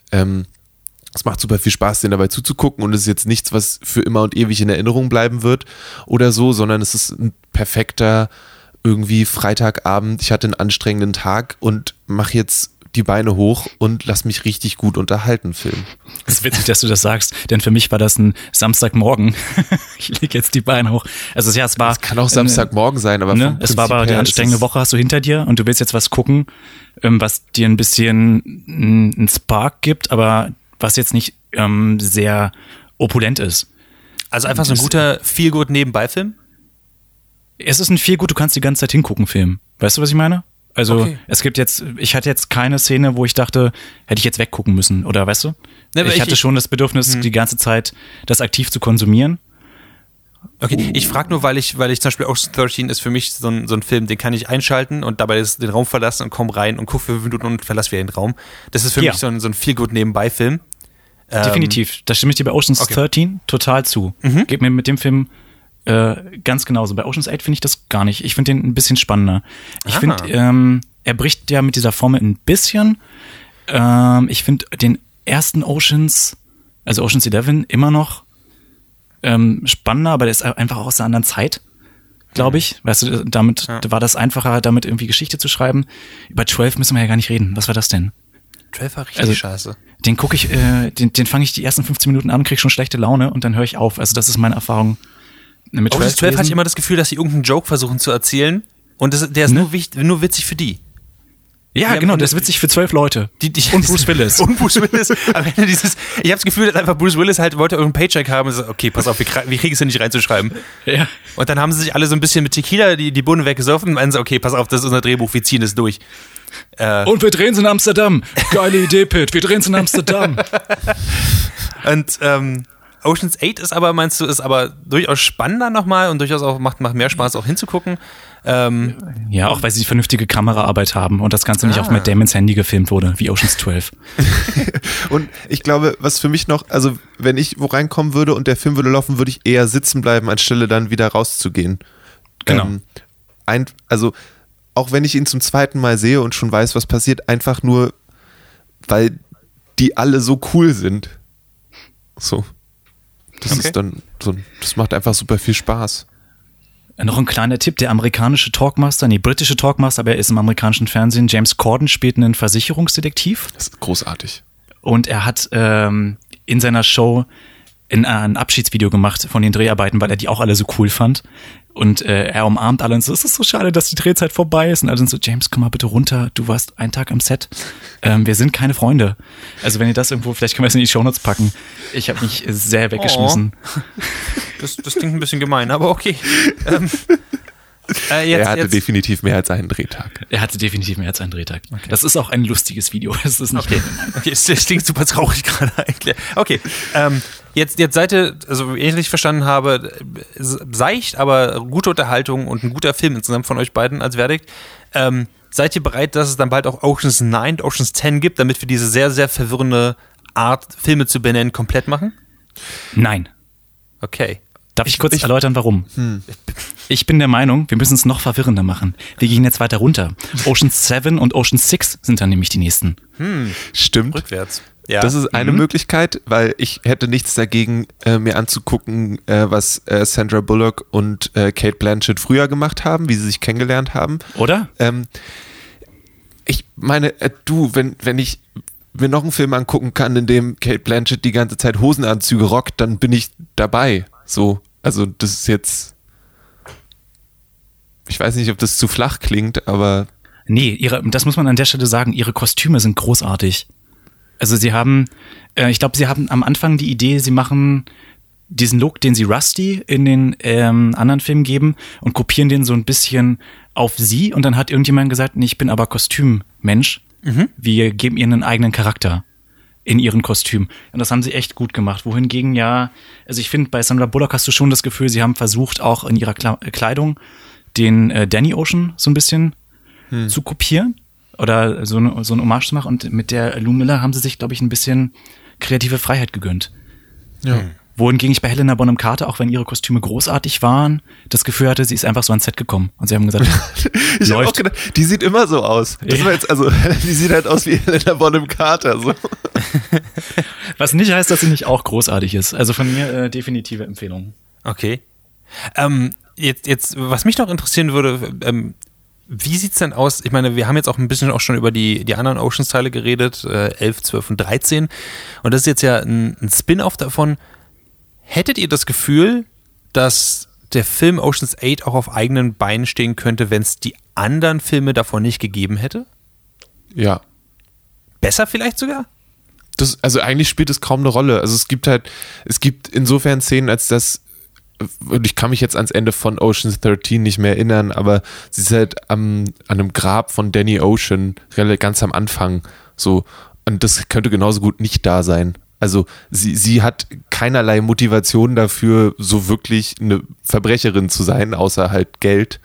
Speaker 3: Es macht super viel Spaß, denen dabei zuzugucken und es ist jetzt nichts, was für immer und ewig in Erinnerung bleiben wird oder so, sondern es ist ein perfekter irgendwie Freitagabend, ich hatte einen anstrengenden Tag und mache jetzt die Beine hoch und lass mich richtig gut unterhalten, Film.
Speaker 2: Es ist witzig, dass du das sagst, denn für mich war das ein Samstagmorgen. Ich lege jetzt die Beine hoch. Also ja, es war.
Speaker 3: Es kann auch Samstagmorgen sein, aber
Speaker 2: ne, es war aber die anstrengende Woche hast du hinter dir und du willst jetzt was gucken, was dir ein bisschen einen Spark gibt, aber was jetzt nicht sehr opulent ist.
Speaker 4: Also einfach so ein guter Feel-Good-Nebenbei-Film?
Speaker 2: Es ist ein Feel-Good, du kannst die ganze Zeit hingucken, Film. Weißt du, was ich meine? Also ich hatte jetzt keine Szene, wo ich dachte, hätte ich jetzt weggucken müssen, oder weißt du? Ne, ich hatte schon das Bedürfnis, die ganze Zeit das aktiv zu konsumieren.
Speaker 4: Okay, ich frage nur, weil ich zum Beispiel Ocean's 13 ist für mich so ein Film, den kann ich einschalten und dabei den Raum verlassen und komm rein und guck für 5 Minuten und verlasse wieder den Raum. Das ist für mich so ein Feel-Good-Nebenbei-Film.
Speaker 2: Definitiv. Da stimme ich dir bei Ocean's 13 total zu. Geht mir mit dem Film ganz genauso. Bei Ocean's 8 finde ich das gar nicht. Ich finde den ein bisschen spannender. Ich finde, er bricht ja mit dieser Formel ein bisschen. Ich finde den ersten Oceans, also Ocean's 11, immer noch spannender, aber der ist einfach auch aus einer anderen Zeit, glaube ich. Weißt du, damit war das einfacher, damit irgendwie Geschichte zu schreiben. Über 12 müssen wir ja gar nicht reden. Was war das denn?
Speaker 4: 12 war richtig scheiße.
Speaker 2: Den gucke ich, den fange ich die ersten 15 Minuten an, kriege schon schlechte Laune und dann höre ich auf. Also das ist meine Erfahrung. Mit
Speaker 4: Ocean's 12 hatte ich immer das Gefühl, dass sie irgendeinen Joke versuchen zu erzählen und der ist nur witzig für die.
Speaker 2: Ja, genau, das ist witzig für 12 Leute. Und Bruce Willis.
Speaker 4: Und Bruce Willis. Am Ende ich habe das Gefühl, dass einfach Bruce Willis halt wollte irgendeinen Paycheck haben und so, okay, pass auf, wir kriegen es ja nicht reinzuschreiben. Ja. Und dann haben sie sich alle so ein bisschen mit Tequila die Bohnen weggesoffen und meinen so, okay, pass auf, das ist unser Drehbuch, wir ziehen es durch.
Speaker 2: Und wir drehen es in Amsterdam. Geile Idee, Pitt, wir drehen es in Amsterdam.
Speaker 4: Und Ocean's 8 ist aber durchaus spannender nochmal und durchaus auch macht mehr Spaß auch hinzugucken.
Speaker 2: Ja, auch weil sie vernünftige Kameraarbeit haben und das Ganze nicht auf Matt Damons Handy gefilmt wurde, wie Ocean's 12.
Speaker 3: Und ich glaube, was für mich noch, also wenn ich wo reinkommen würde und der Film würde laufen, würde ich eher sitzen bleiben, anstelle dann wieder rauszugehen.
Speaker 2: Genau.
Speaker 3: Also auch wenn ich ihn zum zweiten Mal sehe und schon weiß, was passiert, einfach nur, weil die alle so cool sind. So. Das ist dann das macht einfach super viel Spaß.
Speaker 2: Noch ein kleiner Tipp, der amerikanische britische Talkmaster, aber er ist im amerikanischen Fernsehen. James Corden spielt einen Versicherungsdetektiv.
Speaker 3: Das ist großartig.
Speaker 2: Und er hat in seiner Show ein Abschiedsvideo gemacht von den Dreharbeiten, weil er die auch alle so cool fand. Und er umarmt alle und so, es ist so schade, dass die Drehzeit vorbei ist. Und alle sind so, James, komm mal bitte runter, du warst einen Tag am Set. Wir sind keine Freunde. Also wenn ihr das irgendwo, vielleicht können wir es in die Shownotes packen. Ich habe mich sehr weggeschmissen.
Speaker 4: Das klingt ein bisschen gemein, aber okay.
Speaker 3: Er hatte definitiv mehr als einen Drehtag.
Speaker 2: Er hatte definitiv mehr als einen Drehtag. Okay. Das ist auch ein lustiges Video. Das ist nicht
Speaker 4: okay, das klingt super traurig gerade eigentlich. Okay, jetzt seid ihr, also wie ich richtig verstanden habe, seicht, aber gute Unterhaltung und ein guter Film insgesamt von euch beiden als Verdikt. Seid ihr bereit, dass es dann bald auch Ocean's 9, Ocean's 10 gibt, damit wir diese sehr, sehr verwirrende Art, Filme zu benennen, komplett machen?
Speaker 2: Nein.
Speaker 4: Okay.
Speaker 2: Darf ich kurz erläutern, warum? Ich bin der Meinung, wir müssen es noch verwirrender machen. Wir gehen jetzt weiter runter. Ocean's 7 und Ocean's 6 sind dann nämlich die nächsten.
Speaker 3: Stimmt.
Speaker 4: Rückwärts. Ja.
Speaker 3: Das ist eine Möglichkeit, weil ich hätte nichts dagegen, mir anzugucken, was Sandra Bullock und Cate Blanchett früher gemacht haben, wie sie sich kennengelernt haben.
Speaker 2: Oder?
Speaker 3: Ich meine, wenn ich mir noch einen Film angucken kann, in dem Cate Blanchett die ganze Zeit Hosenanzüge rockt, dann bin ich dabei. So, also das ist jetzt, ich weiß nicht, ob das zu flach klingt, aber...
Speaker 2: Nee, das muss man an der Stelle sagen, ihre Kostüme sind großartig. Also sie haben am Anfang die Idee, sie machen diesen Look, den sie Rusty in den anderen Filmen geben und kopieren den so ein bisschen auf sie und dann hat irgendjemand gesagt, nee, ich bin aber Kostümmensch. Wir geben ihr einen eigenen Charakter in ihren Kostümen. Und das haben sie echt gut gemacht. Wohingegen also ich finde, bei Sandra Bullock hast du schon das Gefühl, sie haben versucht, auch in ihrer Kleidung den Danny Ocean so ein bisschen zu kopieren oder so eine Hommage zu machen. Und mit der Lou Miller haben sie sich, glaube ich, ein bisschen kreative Freiheit gegönnt.
Speaker 3: Ja.
Speaker 2: Wohingegen ich bei Helena Bonham Carter, auch wenn ihre Kostüme großartig waren, das Gefühl hatte, sie ist einfach so ans Set gekommen. Und sie haben gesagt,
Speaker 3: ich habe auch gedacht, die sieht immer so aus. Das war jetzt, also, die sieht halt aus wie Helena Bonham Carter. So.
Speaker 2: Was nicht heißt, dass sie nicht auch großartig ist. Also von mir definitive Empfehlung.
Speaker 4: Okay. Jetzt, was mich noch interessieren würde, wie sieht's denn aus? Ich meine, wir haben jetzt auch ein bisschen auch schon über die anderen Oceans-Teile geredet, 11, 12 und 13. Und das ist jetzt ja ein Spin-off davon. Hättet ihr das Gefühl, dass der Film Ocean's 8 auch auf eigenen Beinen stehen könnte, wenn es die anderen Filme davon nicht gegeben hätte?
Speaker 3: Ja.
Speaker 4: Besser vielleicht sogar?
Speaker 3: Also eigentlich spielt es kaum eine Rolle. Also es gibt insofern Szenen, als das, ich kann mich jetzt ans Ende von Ocean's 13 nicht mehr erinnern, aber sie ist halt an einem Grab von Danny Ocean, ganz am Anfang, so. Und das könnte genauso gut nicht da sein. Also sie hat keinerlei Motivation dafür, so wirklich eine Verbrecherin zu sein, außer halt Geld.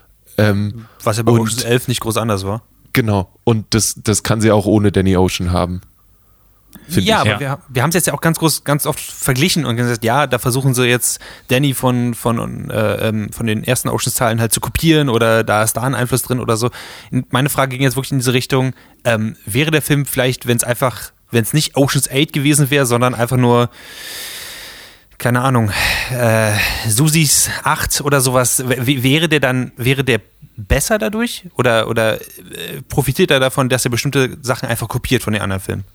Speaker 4: Was ja bei Ocean's 11 nicht groß anders war.
Speaker 3: Genau. Und das kann sie auch ohne Danny Ocean haben.
Speaker 4: Ja, aber wir haben es jetzt ja auch ganz oft verglichen und gesagt, ja, da versuchen sie jetzt Danny von den ersten Oceans-Teilen halt zu kopieren oder da ist da ein Einfluss drin oder so. Meine Frage ging jetzt wirklich in diese Richtung, wäre der Film vielleicht, wenn es nicht Ocean's 8 gewesen wäre, sondern einfach nur, keine Ahnung, Susis 8 oder sowas, wäre der besser dadurch? Oder profitiert er davon, dass er bestimmte Sachen einfach kopiert von den anderen Filmen?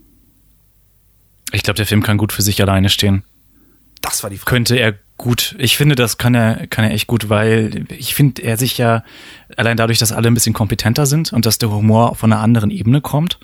Speaker 2: Ich glaube, der Film kann gut für sich alleine stehen.
Speaker 4: Das war die Frage.
Speaker 2: Könnte er gut. Ich finde, das kann er echt gut, weil ich finde, er sich ja allein dadurch, dass alle ein bisschen kompetenter sind und dass der Humor von einer anderen Ebene kommt,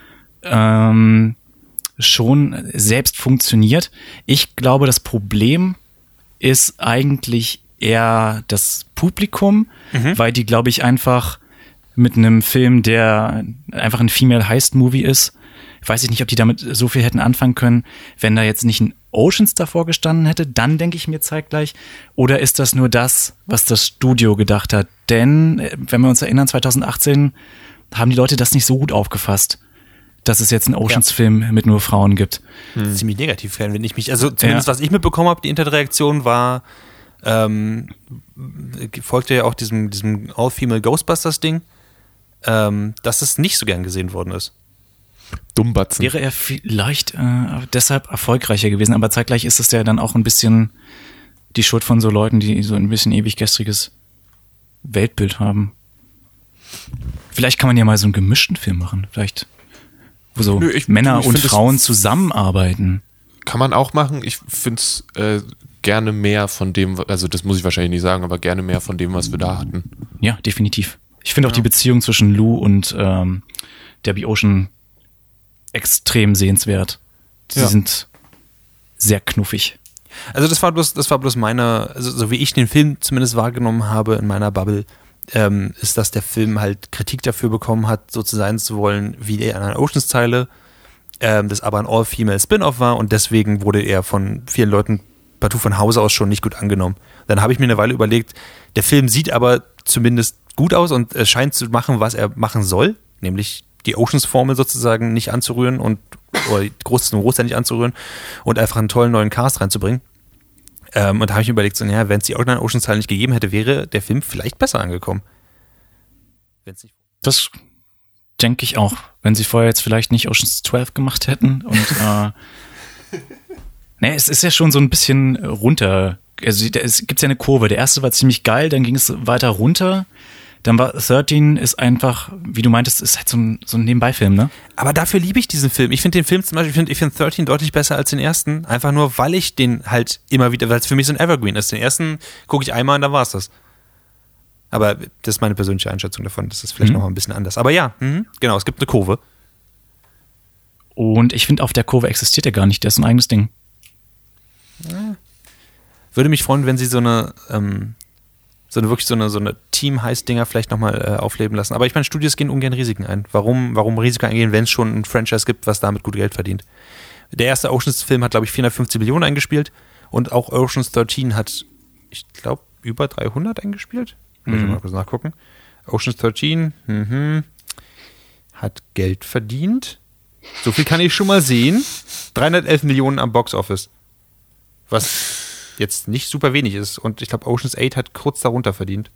Speaker 2: schon selbst funktioniert. Ich glaube, das Problem ist eigentlich eher das Publikum, weil die, glaube ich, einfach mit einem Film, der einfach ein Female Heist Movie ist, weiß ich nicht, ob die damit so viel hätten anfangen können, wenn da jetzt nicht ein Oceans davor gestanden hätte, dann denke ich mir zeitgleich, oder ist das nur das, was das Studio gedacht hat? Denn, wenn wir uns erinnern, 2018 haben die Leute das nicht so gut aufgefasst, dass es jetzt einen Oceans-Film mit nur Frauen gibt.
Speaker 4: Ziemlich negativ, wenn ich mich, also zumindest was ich mitbekommen habe, die Internetreaktion war, folgte ja auch diesem All-Female Ghostbusters-Ding, dass es nicht so gern gesehen worden ist.
Speaker 3: Dummbatzen.
Speaker 2: Wäre er vielleicht deshalb erfolgreicher gewesen, aber zeitgleich ist es ja dann auch ein bisschen die Schuld von so Leuten, die so ein bisschen ewig gestriges Weltbild haben. Vielleicht kann man ja mal so einen gemischten Film machen, vielleicht, wo so Männer und Frauen zusammenarbeiten.
Speaker 3: kann man auch machen. Ich finde es gerne mehr von dem, also das muss ich wahrscheinlich nicht sagen, aber gerne mehr von dem, was wir da hatten.
Speaker 2: Ja, definitiv. Ich finde auch die Beziehung zwischen Lou und Debbie Ocean extrem sehenswert. Sie sind sehr knuffig.
Speaker 4: Also das war bloß meine, also so wie ich den Film zumindest wahrgenommen habe in meiner Bubble, ist, dass der Film halt Kritik dafür bekommen hat, so zu sein zu wollen wie die anderen Oceans-Teile, das aber ein All-Female Spin-Off war und deswegen wurde er von vielen Leuten partout von Hause aus schon nicht gut angenommen. Dann habe ich mir eine Weile überlegt, der Film sieht aber zumindest gut aus und es scheint zu machen, was er machen soll, nämlich die Oceans-Formel sozusagen nicht anzurühren oder die Großteil nicht anzurühren und einfach einen tollen neuen Cast reinzubringen. Und da habe ich mir überlegt, so, ja, wenn es die originalen Oceans-Teile nicht gegeben hätte, wäre der Film vielleicht besser angekommen. Wenn's nicht.
Speaker 2: Das denke ich auch. Wenn sie vorher jetzt vielleicht nicht Oceans 12 gemacht hätten und es ist ja schon so ein bisschen runter. Also es gibt ja eine Kurve. Der erste war ziemlich geil, dann ging es weiter runter. Dann war 13 ist einfach, wie du meintest, ist halt so ein Nebenbeifilm, ne?
Speaker 4: Aber dafür liebe ich diesen Film. Ich finde den Film zum Beispiel, ich finde 13 deutlich besser als den ersten. Einfach nur, weil ich den halt immer wieder, weil es für mich so ein Evergreen ist. Den ersten gucke ich einmal und dann war's das. Aber das ist meine persönliche Einschätzung davon. Das ist vielleicht noch mal ein bisschen anders. Aber ja, genau, es gibt eine Kurve.
Speaker 2: Und ich finde, auf der Kurve existiert er gar nicht. Der ist ein eigenes Ding.
Speaker 4: Ja. Würde mich freuen, wenn sie so eine Team-Heist-Dinger vielleicht nochmal aufleben lassen. Aber ich meine, Studios gehen ungern Risiken ein. Warum Risiken eingehen, wenn es schon ein Franchise gibt, was damit gut Geld verdient? Der erste Oceans-Film hat, glaube ich, 450 Millionen eingespielt und auch Oceans 13 hat, ich glaube, über 300 eingespielt. Muss ich mal kurz nachgucken. Oceans 13 hat Geld verdient. So viel kann ich schon mal sehen. 311 Millionen am Box-Office. Was jetzt nicht super wenig ist. Und ich glaube, Oceans 8 hat kurz darunter verdient.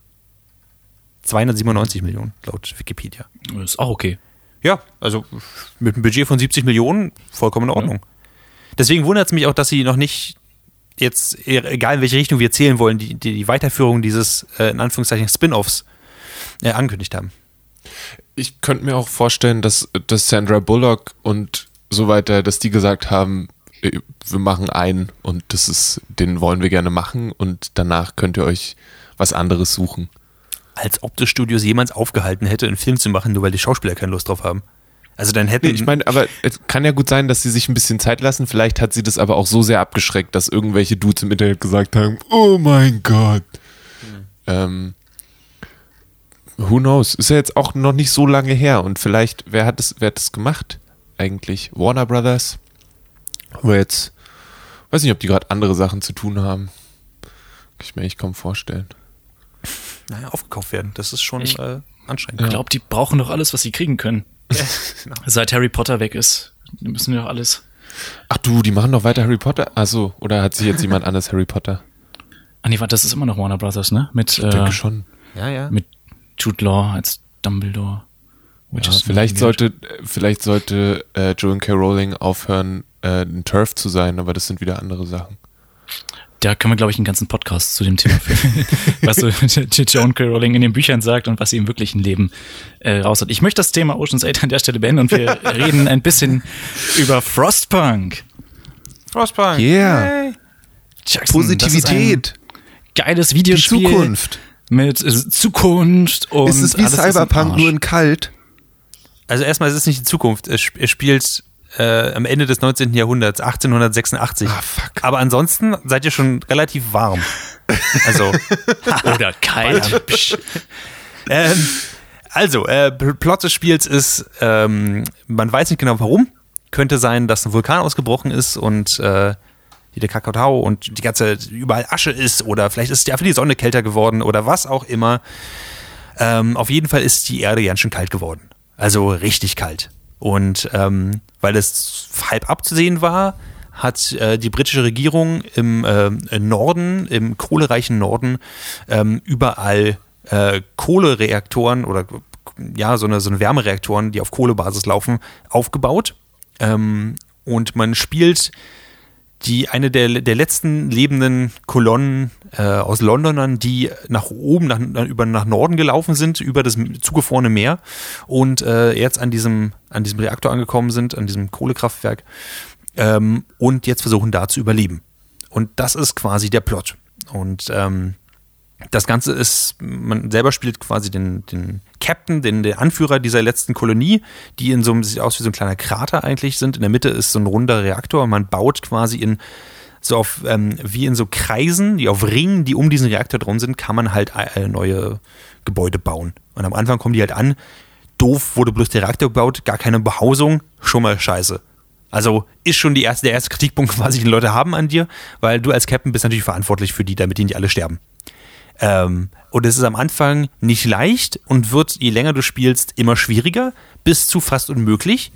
Speaker 4: 297 Millionen, laut Wikipedia.
Speaker 2: Das ist auch okay.
Speaker 4: Ja, also mit einem Budget von 70 Millionen vollkommen in Ordnung. Ja. Deswegen wundert es mich auch, dass sie noch nicht jetzt, egal in welche Richtung wir zählen wollen, die Weiterführung dieses, in Anführungszeichen, Spin-Offs angekündigt haben.
Speaker 3: Ich könnte mir auch vorstellen, dass Sandra Bullock und so weiter, dass die gesagt haben, wir machen einen und den wollen wir gerne machen und danach könnt ihr euch was anderes suchen.
Speaker 4: Als ob das Studio jemals aufgehalten hätte, einen Film zu machen, nur weil die Schauspieler keine Lust drauf haben. Also dann hätten...
Speaker 3: Nee, ich meine, aber es kann ja gut sein, dass sie sich ein bisschen Zeit lassen. Vielleicht hat sie das aber auch so sehr abgeschreckt, dass irgendwelche Dudes im Internet gesagt haben, oh mein Gott. Who knows? Ist ja jetzt auch noch nicht so lange her und vielleicht, wer hat das gemacht eigentlich? Warner Brothers? Aber jetzt, weiß nicht, ob die gerade andere Sachen zu tun haben. Kann ich mir echt kaum vorstellen.
Speaker 4: Naja, aufgekauft werden, das ist schon anstrengend.
Speaker 2: Ich glaube, die brauchen doch alles, was sie kriegen können. Genau. Seit Harry Potter weg ist, müssen wir doch alles.
Speaker 3: Ach du, die machen doch weiter Harry Potter? Achso, oder hat sich jetzt jemand anders Harry Potter?
Speaker 2: Ah nee, warte, das ist immer noch Warner Brothers, ne?
Speaker 3: Ich denke schon.
Speaker 4: Ja.
Speaker 2: Mit Jude Law als Dumbledore.
Speaker 3: Ja, vielleicht sollte Joanne K. Rowling aufhören, ein TERF zu sein, aber das sind wieder andere Sachen.
Speaker 2: Da können wir, glaube ich, einen ganzen Podcast zu dem Thema führen. Was so Joanne K. Rowling in den Büchern sagt und was sie im wirklichen Leben raus hat. Ich möchte das Thema Oceans 8 an der Stelle beenden und wir reden ein bisschen über Frostpunk.
Speaker 4: Frostpunk.
Speaker 3: Yeah.
Speaker 4: Hey.
Speaker 2: Jackson,
Speaker 3: Positivität.
Speaker 2: Geiles Videospiel.
Speaker 3: Die Zukunft.
Speaker 2: Mit Zukunft und
Speaker 3: ist es wie Cyberpunk, nur in kalt?
Speaker 4: Also erstmal ist es nicht die Zukunft. Es spielt am Ende des 19. Jahrhunderts, 1886.
Speaker 3: Ah, fuck.
Speaker 4: Aber ansonsten seid ihr schon relativ warm. Also.
Speaker 2: Oder kalt.
Speaker 4: Plot des Spiels ist, man weiß nicht genau warum. Könnte sein, dass ein Vulkan ausgebrochen ist und der Kakao und die ganze überall Asche ist oder vielleicht ist einfach die Sonne kälter geworden oder was auch immer. Auf jeden Fall ist die Erde ganz schön kalt geworden. Also richtig kalt. Und weil es halb abzusehen war, hat die britische Regierung im Norden, im kohlereichen Norden, überall Kohlereaktoren oder so eine Wärmereaktoren, die auf Kohlebasis laufen, aufgebaut. Und man spielt eine der letzten lebenden Kolonnen aus Londonern, die nach oben, nach Norden gelaufen sind, über das zugefrorene Meer und jetzt an diesem Reaktor angekommen sind, an diesem Kohlekraftwerk und jetzt versuchen da zu überleben. Und das ist quasi der Plot. Und das Ganze ist, man selber spielt quasi den Captain, den Anführer dieser letzten Kolonie, die in so einem, sieht aus wie so ein kleiner Krater eigentlich sind. In der Mitte ist so ein runder Reaktor und man baut quasi wie in so Kreisen, die auf Ringen, die um diesen Reaktor drum sind, kann man halt neue Gebäude bauen. Und am Anfang kommen die halt an, doof, wurde bloß der Reaktor gebaut, gar keine Behausung, schon mal scheiße. Also ist schon der erste Kritikpunkt quasi, den die Leute haben an dir, weil du als Captain bist natürlich verantwortlich für die, damit die nicht alle sterben. Und es ist am Anfang nicht leicht und wird, je länger du spielst, immer schwieriger, bis zu fast unmöglich.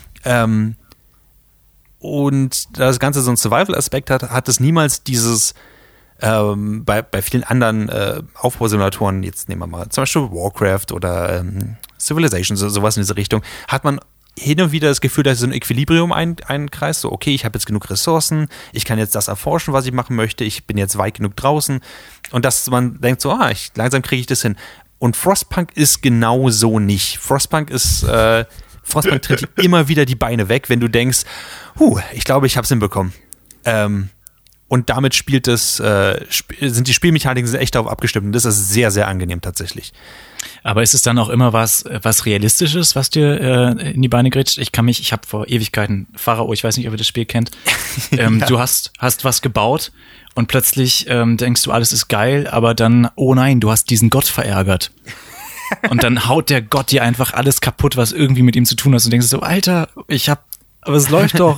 Speaker 4: Und da das Ganze so einen Survival-Aspekt hat es niemals dieses, bei vielen anderen Aufbausimulatoren, jetzt nehmen wir mal zum Beispiel Warcraft oder Civilization, sowas in diese Richtung, hat man hin und wieder das Gefühl, dass so ein Equilibrium einkreist, so okay, ich habe jetzt genug Ressourcen, ich kann jetzt das erforschen, was ich machen möchte, ich bin jetzt weit genug draußen und dass man denkt so, langsam kriege ich das hin. Und Frostpunk ist genau so nicht. Frostpunk tritt immer wieder die Beine weg, wenn du denkst, ich glaube, ich habe es hinbekommen. Und damit sind die Spielmechaniken echt darauf abgestimmt und das ist sehr, sehr angenehm tatsächlich.
Speaker 2: Aber ist es dann auch immer was Realistisches, was dir in die Beine grätscht? Ich habe vor Ewigkeiten Pharao, ich weiß nicht, ob ihr das Spiel kennt. Ja. Du hast was gebaut und plötzlich denkst du, alles ist geil, aber dann, oh nein, du hast diesen Gott verärgert. Und dann haut der Gott dir einfach alles kaputt, was irgendwie mit ihm zu tun hat. Und denkst so, Alter, aber es läuft doch.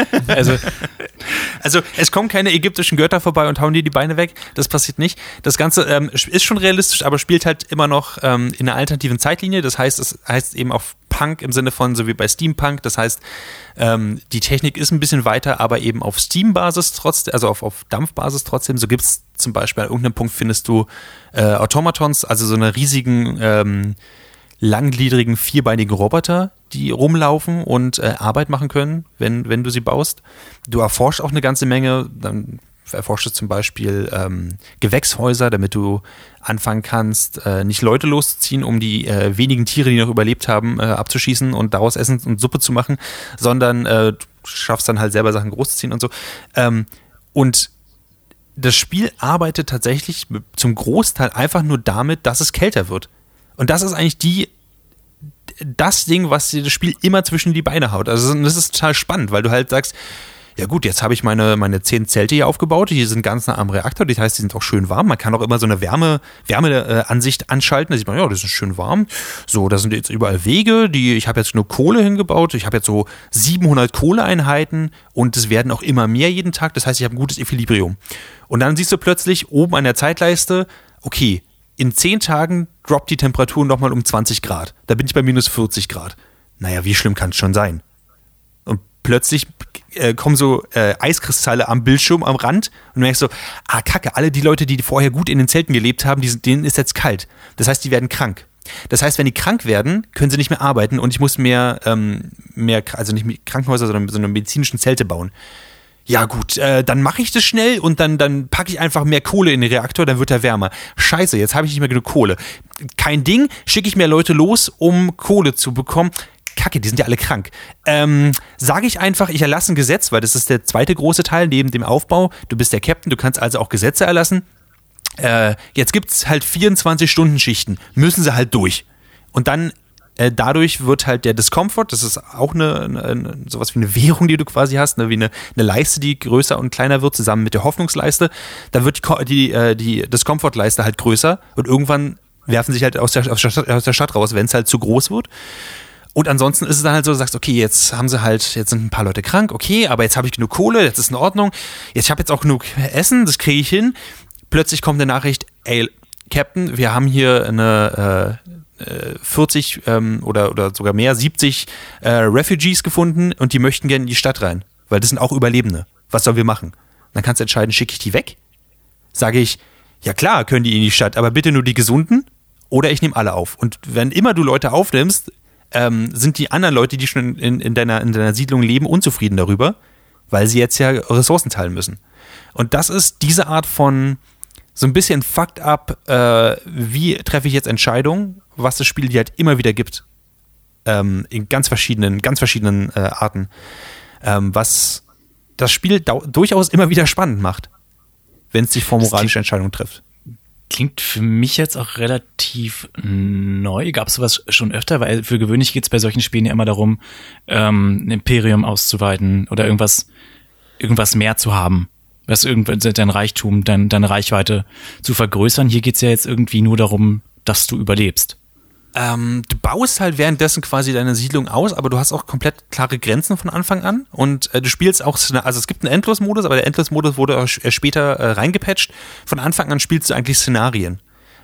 Speaker 4: Also es kommen keine ägyptischen Götter vorbei und hauen dir die Beine weg. Das passiert nicht. Das Ganze ist schon realistisch, aber spielt halt immer noch in einer alternativen Zeitlinie. Das heißt, es heißt eben auf Punk im Sinne von so wie bei Steampunk. Das heißt, die Technik ist ein bisschen weiter, aber eben auf Steam-Basis trotzdem, also auf Dampfbasis trotzdem. So gibt es zum Beispiel an irgendeinem Punkt findest du Automatons, also so eine riesigen langgliedrigen, vierbeinigen Roboter, die rumlaufen und Arbeit machen können, wenn du sie baust. Du erforschst auch eine ganze Menge, dann erforschst du zum Beispiel Gewächshäuser, damit du anfangen kannst, nicht Leute loszuziehen, um die wenigen Tiere, die noch überlebt haben, abzuschießen und daraus Essen und Suppe zu machen, sondern du schaffst dann halt selber Sachen großzuziehen und so. Und das Spiel arbeitet tatsächlich zum Großteil einfach nur damit, dass es kälter wird. Und das ist eigentlich das Ding, was dir das Spiel immer zwischen die Beine haut. Also das ist total spannend, weil du halt sagst, ja gut, jetzt habe ich meine 10 Zelte hier aufgebaut, die sind ganz nah am Reaktor, das heißt, die sind auch schön warm. Man kann auch immer so eine Wärmeansicht anschalten, da sieht man, ja, das ist schön warm. So, da sind jetzt überall Wege, ich habe jetzt nur Kohle hingebaut, ich habe jetzt so 700 Kohleeinheiten und es werden auch immer mehr jeden Tag, das heißt, ich habe ein gutes Equilibrium. Und dann siehst du plötzlich oben an der Zeitleiste, okay, in 10 Tagen droppt die Temperatur nochmal um 20 Grad. Da bin ich bei minus 40 Grad. Naja, wie schlimm kann es schon sein? Und plötzlich kommen so Eiskristalle am Bildschirm, am Rand und du merkst so, Kacke, alle die Leute, die vorher gut in den Zelten gelebt haben, denen ist jetzt kalt. Das heißt, die werden krank. Das heißt, wenn die krank werden, können sie nicht mehr arbeiten und ich muss also nicht Krankenhäuser, sondern medizinischen Zelte bauen. Ja gut, dann mache ich das schnell und dann packe ich einfach mehr Kohle in den Reaktor, dann wird er wärmer. Scheiße, jetzt habe ich nicht mehr genug Kohle. Kein Ding, schicke ich mehr Leute los, um Kohle zu bekommen. Kacke, die sind ja alle krank. Sage ich einfach, ich erlasse ein Gesetz, weil das ist der zweite große Teil neben dem Aufbau. Du bist der Captain, du kannst also auch Gesetze erlassen. Jetzt gibt es halt 24-Stunden-Schichten, müssen sie halt durch. Und dann dadurch wird halt der Discomfort, das ist auch sowas wie eine Währung, die du quasi hast, wie eine Leiste, die größer und kleiner wird, zusammen mit der Hoffnungsleiste. Da wird die Discomfort-Leiste halt größer und irgendwann werfen sich halt aus der Stadt raus, wenn es halt zu groß wird. Und ansonsten ist es dann halt so, du sagst, okay, jetzt sind ein paar Leute krank, okay, aber jetzt habe ich genug Kohle, jetzt ist in Ordnung, ich habe jetzt auch genug Essen, das kriege ich hin. Plötzlich kommt eine Nachricht, ey, Captain, wir haben hier eine 40 oder sogar mehr, 70 Refugees gefunden und die möchten gerne in die Stadt rein, weil das sind auch Überlebende. Was sollen wir machen? Dann kannst du entscheiden, schicke ich die weg? Sage ich, ja klar, können die in die Stadt, aber bitte nur die Gesunden oder ich nehme alle auf. Und wenn immer du Leute aufnimmst, sind die anderen Leute, die schon in deiner Siedlung leben, unzufrieden darüber, weil sie jetzt ja Ressourcen teilen müssen. Und das ist diese Art von so ein bisschen fucked up, wie treffe ich jetzt Entscheidungen, was das Spiel dir halt immer wieder gibt. In ganz verschiedenen Arten. Was das Spiel durchaus immer wieder spannend macht, wenn es sich vor moralische Entscheidungen trifft.
Speaker 2: Klingt für mich jetzt auch relativ neu. Gab es sowas schon öfter? Weil für gewöhnlich geht es bei solchen Spielen ja immer darum, ein Imperium auszuweiten oder irgendwas mehr zu haben. Dein Reichtum, deine Reichweite zu vergrößern. Hier geht es ja jetzt irgendwie nur darum, dass du überlebst.
Speaker 4: Du baust halt währenddessen quasi deine Siedlung aus, aber du hast auch komplett klare Grenzen von Anfang an und du spielst auch, also es gibt einen Endlosmodus, aber der Endlosmodus wurde auch später reingepatcht. Von Anfang an spielst du eigentlich Szenarien.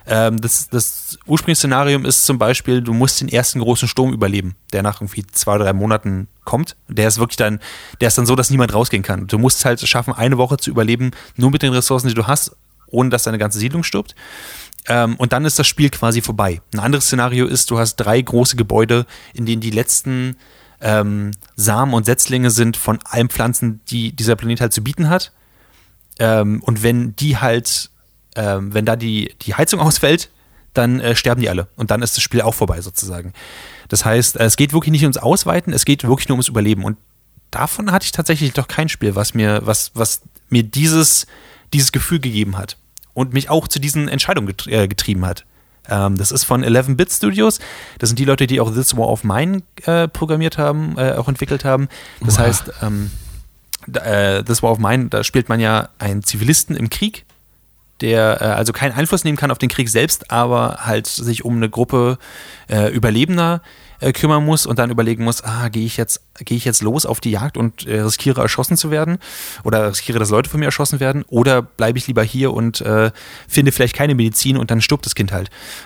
Speaker 4: Das Ursprungsszenarium ist zum Beispiel, du musst den ersten großen Sturm überleben, der nach irgendwie 2 oder 3 Monaten kommt. Der ist dann so, dass niemand rausgehen kann. Du musst halt schaffen, eine Woche zu überleben, nur mit den Ressourcen, die du hast, ohne dass deine ganze Siedlung stirbt. Und dann ist das Spiel quasi vorbei. Ein anderes Szenario ist, du hast 3 große Gebäude, in denen die letzten Samen und Setzlinge sind von allen Pflanzen, die dieser Planet halt zu bieten hat. Und wenn da die Heizung ausfällt, dann sterben die alle. Und dann ist das Spiel auch vorbei sozusagen. Das heißt, es geht wirklich nicht ums Ausweiten, es geht wirklich nur ums Überleben. Und davon hatte ich tatsächlich noch kein Spiel, was mir dieses Gefühl gegeben hat. Und mich auch zu diesen Entscheidungen getrieben hat. Das ist von 11-Bit Studios. Das sind die Leute, die auch This War of Mine programmiert haben, auch entwickelt haben. Das heißt, This War of Mine, da spielt man ja einen Zivilisten im Krieg, der also keinen Einfluss nehmen kann auf den Krieg selbst, aber halt sich um eine Gruppe Überlebender kümmern muss und dann überlegen muss, gehe ich jetzt los auf die Jagd und riskiere erschossen zu werden oder riskiere, dass Leute von mir erschossen werden oder bleibe ich lieber hier und finde vielleicht keine Medizin und dann stirbt das Kind halt.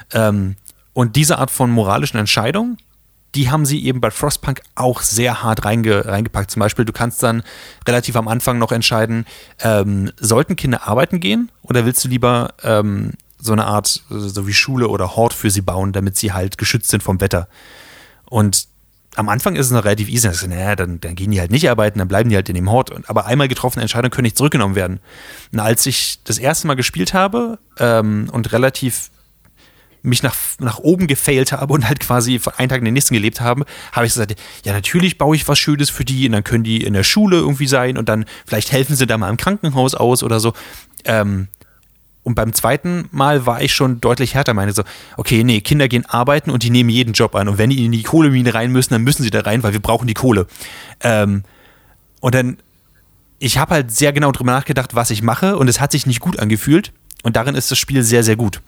Speaker 4: Und diese Art von moralischen Entscheidung, die haben sie eben bei Frostpunk auch sehr hart reingepackt. Zum Beispiel, du kannst dann relativ am Anfang noch entscheiden, sollten Kinder arbeiten gehen oder willst du lieber so eine Art, so wie Schule oder Hort für sie bauen, damit sie halt geschützt sind vom Wetter. Und am Anfang ist es noch relativ easy. Dann gehen die halt nicht arbeiten, dann bleiben die halt in dem Hort. Aber einmal getroffene Entscheidungen können nicht zurückgenommen werden. Und als ich das erste Mal gespielt habe und relativ mich nach oben gefailt habe und halt quasi von einem Tag in den nächsten gelebt habe ich gesagt, ja, natürlich baue ich was Schönes für die und dann können die in der Schule irgendwie sein und dann vielleicht helfen sie da mal im Krankenhaus aus oder so. Und beim zweiten Mal war ich schon deutlich härter, meine so, okay, nee, Kinder gehen arbeiten und die nehmen jeden Job an und wenn die in die Kohlemine rein müssen, dann müssen sie da rein, weil wir brauchen die Kohle. Und dann, ich habe halt sehr genau drüber nachgedacht, was ich mache und es hat sich nicht gut angefühlt und darin ist das Spiel sehr, sehr gut.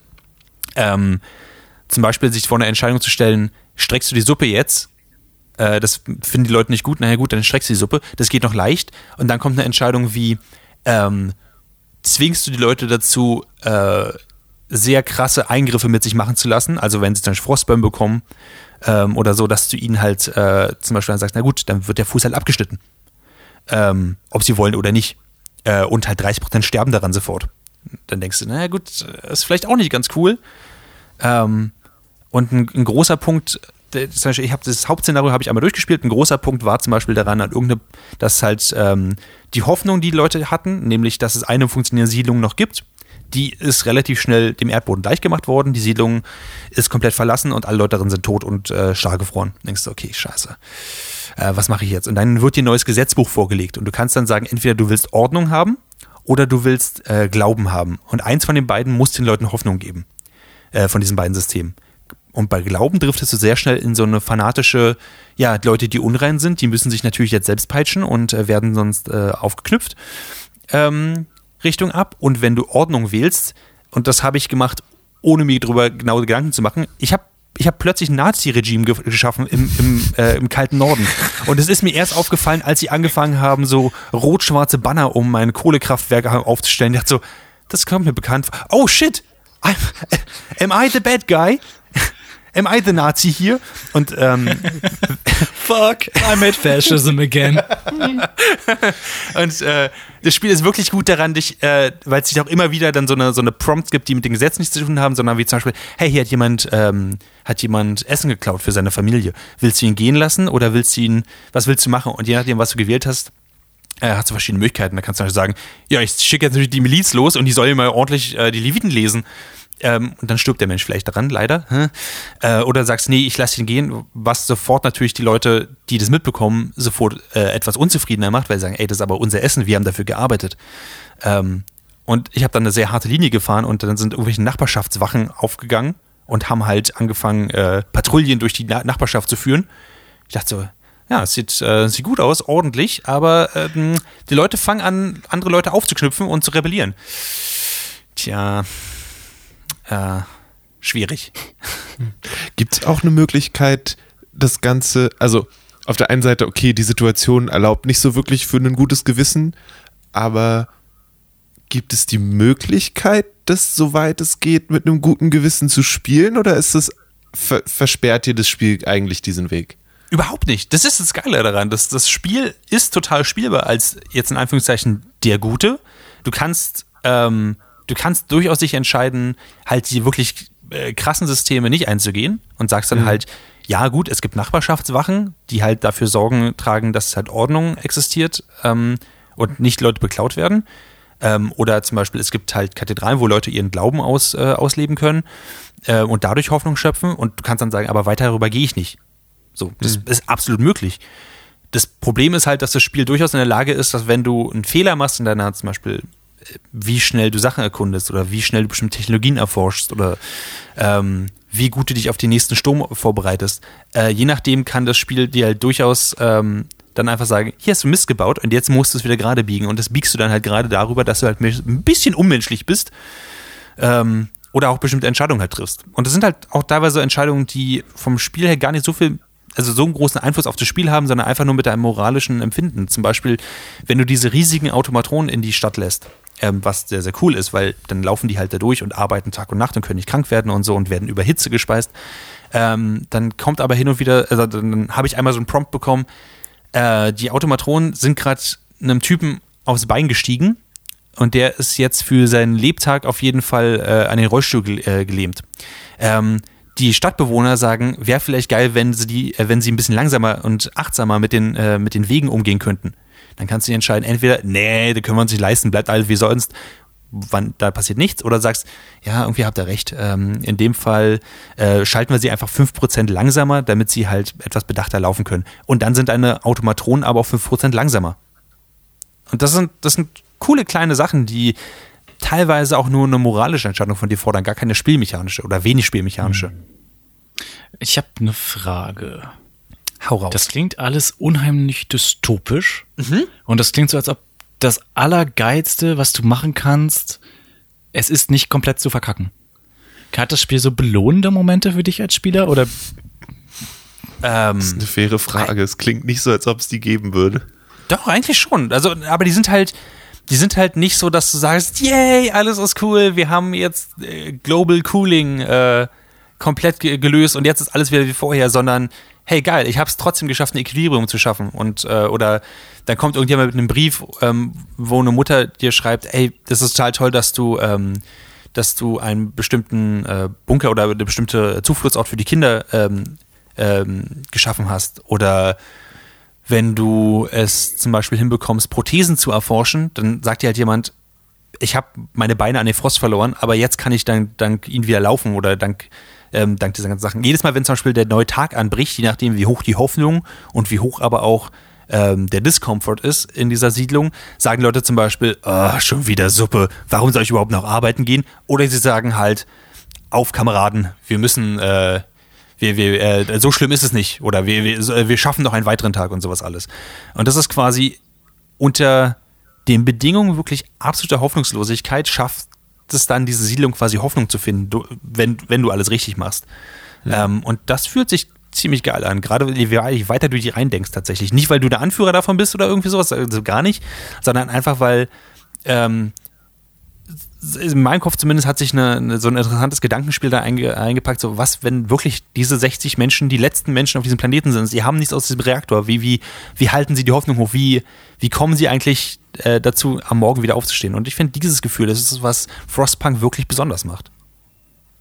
Speaker 4: Zum Beispiel sich vor eine Entscheidung zu stellen, streckst du die Suppe jetzt? Das finden die Leute nicht gut, naja gut, dann streckst du die Suppe, das geht noch leicht und dann kommt eine Entscheidung wie, zwingst du die Leute dazu, sehr krasse Eingriffe mit sich machen zu lassen, also wenn sie zum Beispiel Frostböen bekommen oder so, dass du ihnen halt zum Beispiel dann sagst, na gut, dann wird der Fuß halt abgeschnitten, ob sie wollen oder nicht und halt 30% sterben daran sofort. Dann denkst du, naja gut, ist vielleicht auch nicht ganz cool. Und ein großer Punkt, zum Beispiel, ich habe das Hauptszenario habe ich einmal durchgespielt. Ein großer Punkt war zum Beispiel daran, dass halt die Hoffnung, die Leute hatten, nämlich, dass es eine funktionierende Siedlung noch gibt, die ist relativ schnell dem Erdboden gleichgemacht worden. Die Siedlung ist komplett verlassen und alle Leute darin sind tot und stark gefroren. Dann denkst du, okay, scheiße. Was mache ich jetzt? Und dann wird dir ein neues Gesetzbuch vorgelegt und du kannst dann sagen, entweder du willst Ordnung haben oder du willst Glauben haben. Und eins von den beiden muss den Leuten Hoffnung geben, von diesen beiden Systemen. Und bei Glauben driftest du sehr schnell in so eine fanatische, ja, Leute, die unrein sind, die müssen sich natürlich jetzt selbst peitschen und werden sonst aufgeknüpft, Richtung ab. Und wenn du Ordnung wählst, und das habe ich gemacht, ohne mir darüber genau Gedanken zu machen, ich habe plötzlich ein Nazi-Regime geschaffen im kalten Norden. Und es ist mir erst aufgefallen, als sie angefangen haben, so rot-schwarze Banner um mein Kohlekraftwerk aufzustellen. Ich dachte so, das kommt mir bekannt vor. Oh shit! Am I the bad guy? Am I the Nazi hier? Und
Speaker 2: fuck, I made fascism again.
Speaker 4: Und das Spiel ist wirklich gut daran, weil es sich auch immer wieder dann so eine Prompts gibt, die mit den Gesetzen nichts zu tun haben, sondern wie zum Beispiel, hey, hier hat jemand Essen geklaut für seine Familie. Willst du ihn gehen lassen oder was willst du machen? Und je nachdem, was du gewählt hast, hast du verschiedene Möglichkeiten. Da kannst du sagen, ja, ich schicke jetzt natürlich die Miliz los und die sollen mal ordentlich die Leviten lesen. Und dann stirbt der Mensch vielleicht daran, leider. Oder sagst, nee, ich lasse ihn gehen, was sofort natürlich die Leute, die das mitbekommen, sofort etwas unzufriedener macht, weil sie sagen, ey, das ist aber unser Essen, wir haben dafür gearbeitet. Und ich habe dann eine sehr harte Linie gefahren und dann sind irgendwelche Nachbarschaftswachen aufgegangen und haben halt angefangen, Patrouillen durch die Nachbarschaft zu führen. Ich dachte so, ja, es sieht gut aus, ordentlich, aber die Leute fangen an, andere Leute aufzuknüpfen und zu rebellieren. Tja, schwierig.
Speaker 3: Gibt es auch eine Möglichkeit, das Ganze, also auf der einen Seite, okay, die Situation erlaubt nicht so wirklich für ein gutes Gewissen, aber gibt es die Möglichkeit, das, soweit es geht, mit einem guten Gewissen zu spielen, oder ist es, versperrt dir das Spiel eigentlich diesen Weg?
Speaker 4: Überhaupt nicht. Das ist das Geile daran. Das Spiel ist total spielbar als jetzt in Anführungszeichen der Gute. Du kannst durchaus dich entscheiden, halt die wirklich krassen Systeme nicht einzugehen und sagst dann halt, ja gut, es gibt Nachbarschaftswachen, die halt dafür Sorgen tragen, dass halt Ordnung existiert und nicht Leute beklaut werden. Oder zum Beispiel, es gibt halt Kathedralen, wo Leute ihren Glauben ausleben können und dadurch Hoffnung schöpfen und du kannst dann sagen, aber weiter darüber gehe ich nicht. So, das ist absolut möglich. Das Problem ist halt, dass das Spiel durchaus in der Lage ist, dass wenn du einen Fehler machst in deiner, zum Beispiel, wie schnell du Sachen erkundest oder wie schnell du bestimmte Technologien erforschst oder wie gut du dich auf den nächsten Sturm vorbereitest, je nachdem kann das Spiel dir halt durchaus dann einfach sagen, hier hast du Mist gebaut und jetzt musst du es wieder gerade biegen und das biegst du dann halt gerade darüber, dass du halt ein bisschen unmenschlich bist oder auch bestimmte Entscheidungen halt triffst. Und das sind halt auch teilweise Entscheidungen, die vom Spiel her gar nicht so viel, also so einen großen Einfluss auf das Spiel haben, sondern einfach nur mit deinem moralischen Empfinden. Zum Beispiel, wenn du diese riesigen Automatronen in die Stadt lässt, was sehr, sehr cool ist, weil dann laufen die halt da durch und arbeiten Tag und Nacht und können nicht krank werden und so und werden über Hitze gespeist. Dann kommt aber hin und wieder, also dann habe ich einmal so einen Prompt bekommen, die Automatronen sind gerade einem Typen aufs Bein gestiegen und der ist jetzt für seinen Lebtag auf jeden Fall an den Rollstuhl gelähmt. Die Stadtbewohner sagen, wäre vielleicht geil, wenn sie ein bisschen langsamer und achtsamer mit den Wegen umgehen könnten. Dann kannst du dich entscheiden, entweder, nee, das können wir uns nicht leisten, bleibt alles wie sonst, da passiert nichts, oder sagst, ja, irgendwie habt ihr recht, in dem Fall schalten wir sie einfach 5% langsamer, damit sie halt etwas bedachter laufen können. Und dann sind deine Automatronen aber auch 5% langsamer. Und das sind coole kleine Sachen, die teilweise auch nur eine moralische Entscheidung von dir fordern, gar keine spielmechanische oder wenig spielmechanische.
Speaker 2: Ich habe eine Frage.
Speaker 4: Hau raus.
Speaker 2: Das klingt alles unheimlich dystopisch und das klingt so, als ob das Allergeilste, was du machen kannst, es ist nicht komplett zu verkacken. Hat das Spiel so belohnende Momente für dich als Spieler? Oder?
Speaker 3: Das ist eine faire Frage. Es klingt nicht so, als ob es die geben würde.
Speaker 4: Doch, eigentlich schon. Also, aber die sind halt nicht so, dass du sagst, yay, alles ist cool, wir haben jetzt Global Cooling komplett gelöst und jetzt ist alles wieder wie vorher, sondern hey, geil, ich habe es trotzdem geschafft, ein Equilibrium zu schaffen. Und oder dann kommt irgendjemand mit einem Brief, wo eine Mutter dir schreibt, ey, das ist total toll, dass du einen bestimmten Bunker oder eine bestimmte Zufluchtsort für die Kinder geschaffen hast. Oder wenn du es zum Beispiel hinbekommst, Prothesen zu erforschen, dann sagt dir halt jemand, ich habe meine Beine an den Frost verloren, aber jetzt kann ich dank ihnen wieder laufen oder dank dieser ganzen Sachen. Jedes Mal, wenn zum Beispiel der neue Tag anbricht, je nachdem, wie hoch die Hoffnung und wie hoch aber auch der Discomfort ist in dieser Siedlung, sagen Leute zum Beispiel, schon wieder Suppe, warum soll ich überhaupt noch arbeiten gehen? Oder sie sagen halt, auf Kameraden, wir müssen, so schlimm ist es nicht. Oder wir schaffen noch einen weiteren Tag und sowas alles. Und das ist quasi unter den Bedingungen wirklich absoluter Hoffnungslosigkeit schafft es dann, diese Siedlung quasi Hoffnung zu finden, wenn du alles richtig machst. Ja. Und das fühlt sich ziemlich geil an, gerade je weiter du dich reindenkst tatsächlich. Nicht, weil du der Anführer davon bist oder irgendwie sowas, also gar nicht, sondern einfach, weil in meinem Kopf zumindest hat sich so ein interessantes Gedankenspiel da eingepackt, so was, wenn wirklich diese 60 Menschen die letzten Menschen auf diesem Planeten sind, sie haben nichts aus diesem Reaktor, wie halten sie die Hoffnung hoch, wie kommen sie eigentlich dazu, am Morgen wieder aufzustehen? Und ich finde dieses Gefühl, das ist was Frostpunk wirklich besonders macht.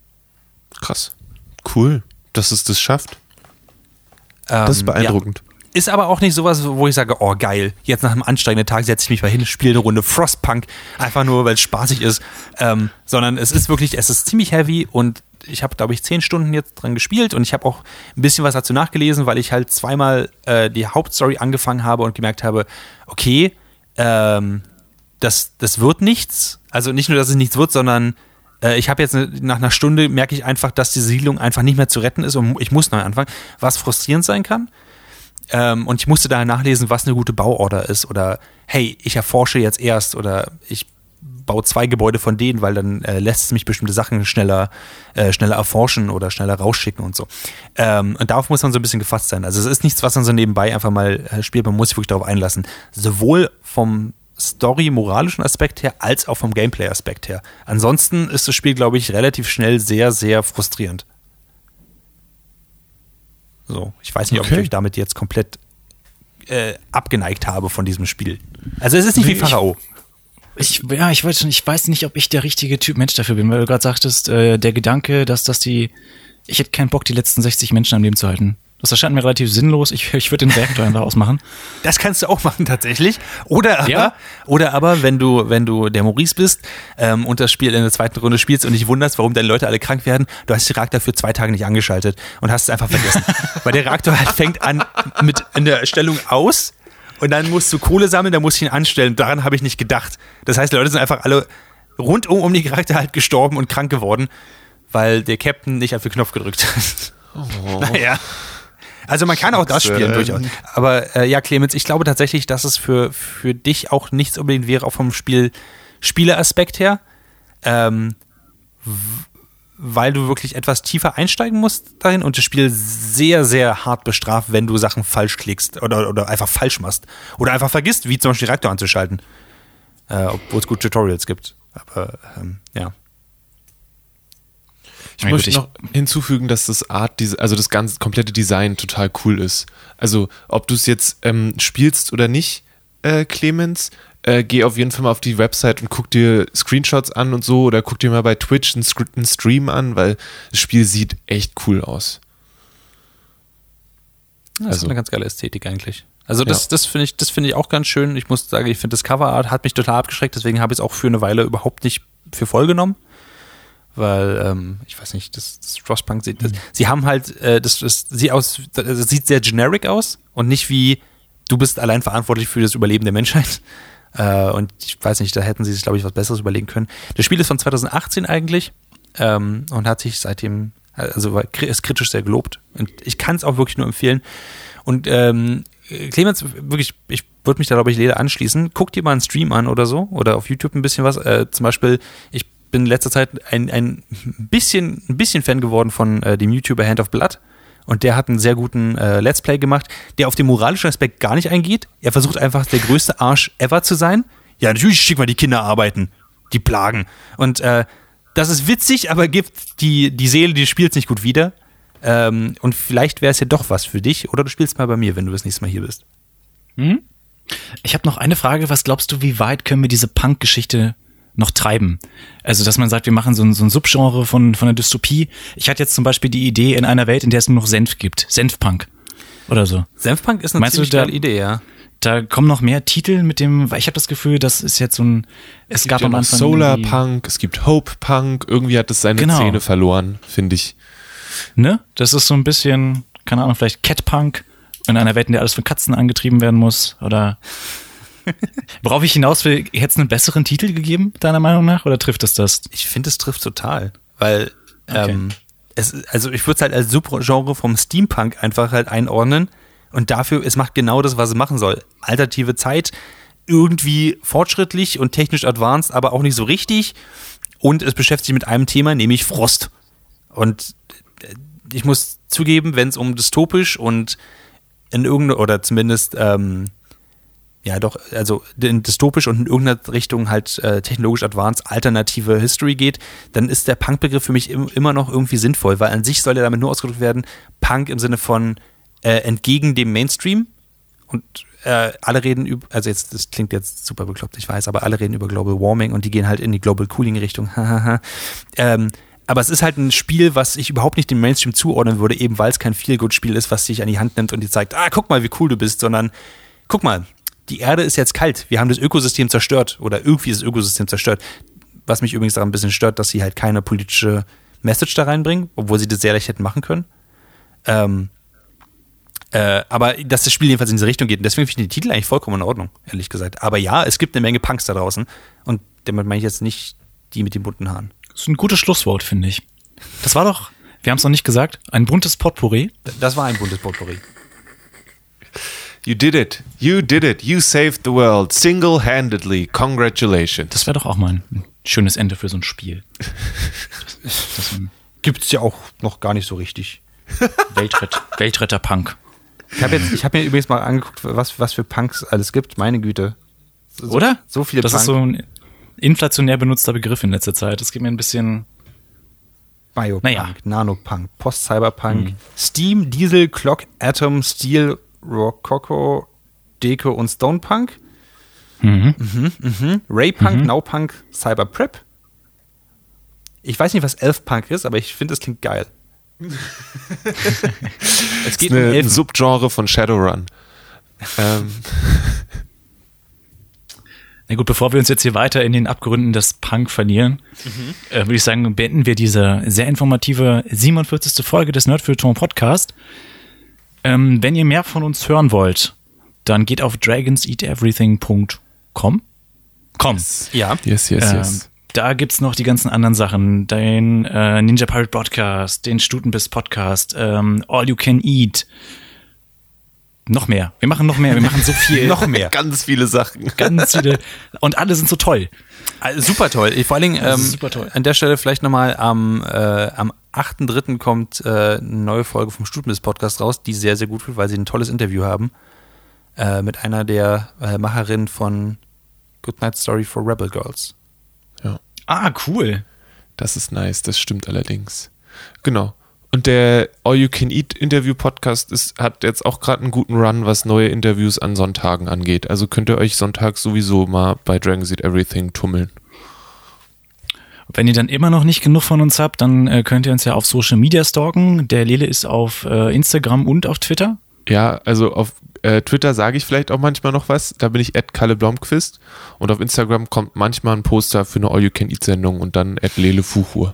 Speaker 3: Krass. Cool, dass es das schafft. Das ist beeindruckend.
Speaker 4: Ja. Ist aber auch nicht sowas, wo ich sage, oh geil, jetzt nach einem anstrengenden Tag setze ich mich mal hin, spiele eine Runde Frostpunk, einfach nur, weil es spaßig ist. Sondern es ist ziemlich heavy und ich habe, glaube ich, 10 Stunden jetzt dran gespielt und ich habe auch ein bisschen was dazu nachgelesen, weil ich halt zweimal die Hauptstory angefangen habe und gemerkt habe, okay, das wird nichts. Also nicht nur, dass es nichts wird, sondern ich habe jetzt nach einer Stunde merke ich einfach, dass die Siedlung einfach nicht mehr zu retten ist und ich muss neu anfangen, was frustrierend sein kann. Und ich musste daher nachlesen, was eine gute Bauorder ist oder hey, ich erforsche jetzt erst oder ich baue 2 Gebäude von denen, weil dann lässt es mich bestimmte Sachen schneller erforschen oder schneller rausschicken und so. Und darauf muss man so ein bisschen gefasst sein. Also es ist nichts, was man so nebenbei einfach mal spielt, man muss sich wirklich darauf einlassen. Sowohl vom Story-moralischen Aspekt her, als auch vom Gameplay-Aspekt her. Ansonsten ist das Spiel, glaube ich, relativ schnell sehr, sehr frustrierend. So, ich weiß nicht, ob ich euch damit jetzt komplett abgeneigt habe von diesem Spiel. Also es ist nicht wie Pharao.
Speaker 2: Ich weiß nicht, ob ich der richtige Typ Mensch dafür bin, weil du gerade sagtest, der Gedanke, ich hätte keinen Bock, die letzten 60 Menschen am Leben zu halten. Das erscheint mir relativ sinnlos. Ich würde den Reaktor einfach ausmachen.
Speaker 4: Das kannst du auch machen tatsächlich. Oder aber, wenn du der Maurice bist und das Spiel in der zweiten Runde spielst und dich wunderst, warum deine Leute alle krank werden, du hast den Reaktor für 2 Tage nicht angeschaltet und hast es einfach vergessen. Weil der Reaktor halt fängt an mit in der Stellung aus und dann musst du Kohle sammeln, dann musst du ihn anstellen. Daran habe ich nicht gedacht. Das heißt, die Leute sind einfach alle rundum um die Reaktor halt gestorben und krank geworden, weil der Captain nicht auf den Knopf gedrückt hat. Oh. Naja. Also man kann auch das spielen durchaus. Aber ja, Clemens, ich glaube tatsächlich, dass es für dich auch nichts unbedingt wäre, auch vom Spieleraspekt her, weil du wirklich etwas tiefer einsteigen musst dahin und das Spiel sehr, sehr hart bestraft, wenn du Sachen falsch klickst oder einfach falsch machst. Oder einfach vergisst, wie zum Beispiel den Reaktor anzuschalten. Obwohl es gute Tutorials gibt. Aber ja.
Speaker 3: Ich möchte noch hinzufügen, dass das das ganze komplette Design total cool ist. Also ob du es jetzt spielst oder nicht, Clemens, geh auf jeden Fall mal auf die Website und guck dir Screenshots an und so oder guck dir mal bei Twitch einen Stream an, weil das Spiel sieht echt cool aus.
Speaker 4: Das ist eine ganz geile Ästhetik eigentlich. Also das finde ich auch ganz schön. Ich muss sagen, ich finde das Coverart hat mich total abgeschreckt, deswegen habe ich es auch für eine Weile überhaupt nicht für voll genommen. Weil, ich weiß nicht, das Frostpunk sieht, sie haben halt, das sieht sehr generic aus und nicht wie, du bist allein verantwortlich für das Überleben der Menschheit. Und ich weiß nicht, da hätten sie sich, glaube ich, was Besseres überlegen können. Das Spiel ist von 2018 eigentlich und hat sich seitdem, ist kritisch sehr gelobt. Und ich kann es auch wirklich nur empfehlen. Und Clemens, wirklich, ich würde mich da, glaube ich, Leder anschließen. Guck dir mal einen Stream an oder so oder auf YouTube ein bisschen was. Zum Beispiel, ich bin in letzter Zeit ein bisschen Fan geworden von dem YouTuber Hand of Blood und der hat einen sehr guten Let's Play gemacht, der auf den moralischen Aspekt gar nicht eingeht. Er versucht einfach der größte Arsch ever zu sein. Ja, natürlich schick mal die Kinder arbeiten, die plagen. Und das ist witzig, aber gibt die Seele, die spielt nicht gut wieder. Und vielleicht wäre es ja doch was für dich oder du spielst mal bei mir, wenn du das nächste Mal hier bist.
Speaker 2: Ich habe noch eine Frage. Was glaubst du, wie weit können wir diese Punk-Geschichte noch treiben? Also, dass man sagt, wir machen so ein Subgenre von einer Dystopie. Ich hatte jetzt zum Beispiel die Idee in einer Welt, in der es nur noch Senf gibt. Senfpunk oder so.
Speaker 4: Senfpunk ist eine ziemlich geile Idee, ja.
Speaker 2: Da kommen noch mehr Titel mit dem, weil ich habe das Gefühl, das ist jetzt es gab am Anfang
Speaker 3: Solarpunk, es gibt Hopepunk, irgendwie hat es seine Szene verloren, finde ich.
Speaker 2: Ne? Das ist so ein bisschen, keine Ahnung, vielleicht Catpunk in einer Welt, in der alles von Katzen angetrieben werden muss oder worauf ich hinaus will, hätte es einen besseren Titel gegeben, deiner Meinung nach, oder trifft es das?
Speaker 4: Ich finde, es trifft total, weil ich würde es halt als Subgenre vom Steampunk einfach halt einordnen und dafür, es macht genau das, was es machen soll. Alternative Zeit, irgendwie fortschrittlich und technisch advanced, aber auch nicht so richtig und es beschäftigt sich mit einem Thema, nämlich Frost. Und ich muss zugeben, wenn es um dystopisch und in irgendeiner, oder zumindest dystopisch und in irgendeiner Richtung halt technologisch advanced, alternative History geht, dann ist der Punk-Begriff für mich immer noch irgendwie sinnvoll, weil an sich soll ja damit nur ausgedrückt werden, Punk im Sinne von entgegen dem Mainstream und alle reden über, also jetzt, das klingt jetzt super bekloppt, ich weiß, aber alle reden über Global Warming und die gehen halt in die Global Cooling Richtung, Aber es ist halt ein Spiel, was ich überhaupt nicht dem Mainstream zuordnen würde, eben weil es kein Feel-Good-Spiel ist, was dich an die Hand nimmt und dir zeigt, guck mal, wie cool du bist, sondern guck mal, die Erde ist jetzt kalt, wir haben das Ökosystem zerstört oder irgendwie ist das Ökosystem zerstört. Was mich übrigens daran ein bisschen stört, dass sie halt keine politische Message da reinbringen, obwohl sie das sehr leicht hätten machen können. Aber dass das Spiel jedenfalls in diese Richtung geht. Und deswegen finde ich den Titel eigentlich vollkommen in Ordnung, ehrlich gesagt. Aber ja, es gibt eine Menge Punks da draußen. Und damit meine ich jetzt nicht die mit den bunten Haaren.
Speaker 2: Das ist ein gutes Schlusswort, finde ich. Das war doch, wir haben es noch nicht gesagt, ein buntes Potpourri.
Speaker 4: Das war ein buntes Potpourri.
Speaker 3: You did it. You did it. You saved the world. Single-handedly. Congratulations.
Speaker 2: Das wäre doch auch mal ein schönes Ende für so ein Spiel.
Speaker 4: Gibt es ja auch noch gar nicht so richtig.
Speaker 2: Weltretter-Punk.
Speaker 4: Ich hab mir übrigens mal angeguckt, was für Punks alles gibt. Meine Güte.
Speaker 2: Oder?
Speaker 4: So viele
Speaker 2: Das
Speaker 4: Punk.
Speaker 2: ist so ein inflationär benutzter Begriff in letzter Zeit. Das gibt mir ein bisschen...
Speaker 4: Biopunk, Nanopunk, Post-Cyberpunk, Steam, Diesel, Clock, Atom, Steel, Rococo, Deco und Stonepunk. Raypunk, Nowpunk, Cyberprep. Ich weiß nicht, was Elfpunk ist, aber ich finde, das klingt geil. Es geht
Speaker 3: ein Subgenre von Shadowrun.
Speaker 2: Na gut, bevor wir uns jetzt hier weiter in den Abgründen des Punk verlieren, würde ich sagen, beenden wir diese sehr informative 47. Folge des Nerdfeuilleton Podcast. Wenn ihr mehr von uns hören wollt, dann geht auf dragonseateverything.com.
Speaker 4: Ja.
Speaker 3: Yes.
Speaker 2: Da gibt's noch die ganzen anderen Sachen. Den Ninja Pirate Podcast, den Stutenbiss Podcast, All You Can Eat. Noch mehr. Wir machen noch mehr. Wir machen so viel.
Speaker 4: Noch mehr.
Speaker 3: Ganz viele Sachen.
Speaker 2: Ganz viele. Und alle sind so toll.
Speaker 4: Also super toll. Vor allen Dingen
Speaker 2: super toll.
Speaker 4: An der Stelle vielleicht nochmal am 8.3. kommt eine neue Folge vom Stutenbiss-Podcast raus, die sehr, sehr gut wird, weil sie ein tolles Interview haben mit einer der Macherinnen von Goodnight Story for Rebel Girls.
Speaker 3: Ja.
Speaker 2: Ah, cool.
Speaker 3: Das ist nice, das stimmt allerdings. Genau. Und der All-You-Can-Eat-Interview-Podcast hat jetzt auch gerade einen guten Run, was neue Interviews an Sonntagen angeht. Also könnt ihr euch sonntags sowieso mal bei Dragon's Eat Everything tummeln.
Speaker 2: Wenn ihr dann immer noch nicht genug von uns habt, dann könnt ihr uns ja auf Social Media stalken. Der Lele ist auf Instagram und auf Twitter.
Speaker 3: Ja, also auf Twitter sage ich vielleicht auch manchmal noch was. Da bin ich @KalleBlomqvist. Und auf Instagram kommt manchmal ein Poster für eine All-You-Can-Eat-Sendung und dann @LeleFuchur.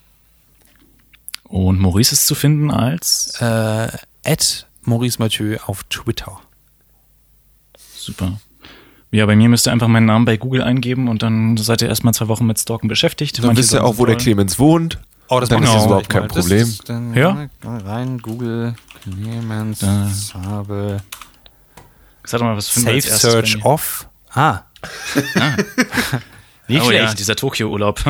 Speaker 2: Und Maurice ist zu finden als
Speaker 4: Maurice Mathieu auf Twitter.
Speaker 2: Super. Ja, bei mir müsst ihr einfach meinen Namen bei Google eingeben und dann seid ihr erstmal 2 Wochen mit Stalken beschäftigt.
Speaker 3: Dann wisst ihr auch, wo der Clemens wohnt.
Speaker 4: Oh, das
Speaker 3: dann
Speaker 4: macht
Speaker 3: ist das
Speaker 4: auch
Speaker 3: überhaupt kein Problem.
Speaker 2: Ja.
Speaker 4: Rein, Google, Clemens, Zabel.
Speaker 2: Sag doch mal, was finden wir
Speaker 4: Safe
Speaker 2: als erstes
Speaker 4: Search
Speaker 2: bei mir?
Speaker 4: Off. Nicht
Speaker 2: Oh
Speaker 4: schlecht.
Speaker 2: ja, dieser Tokio-Urlaub.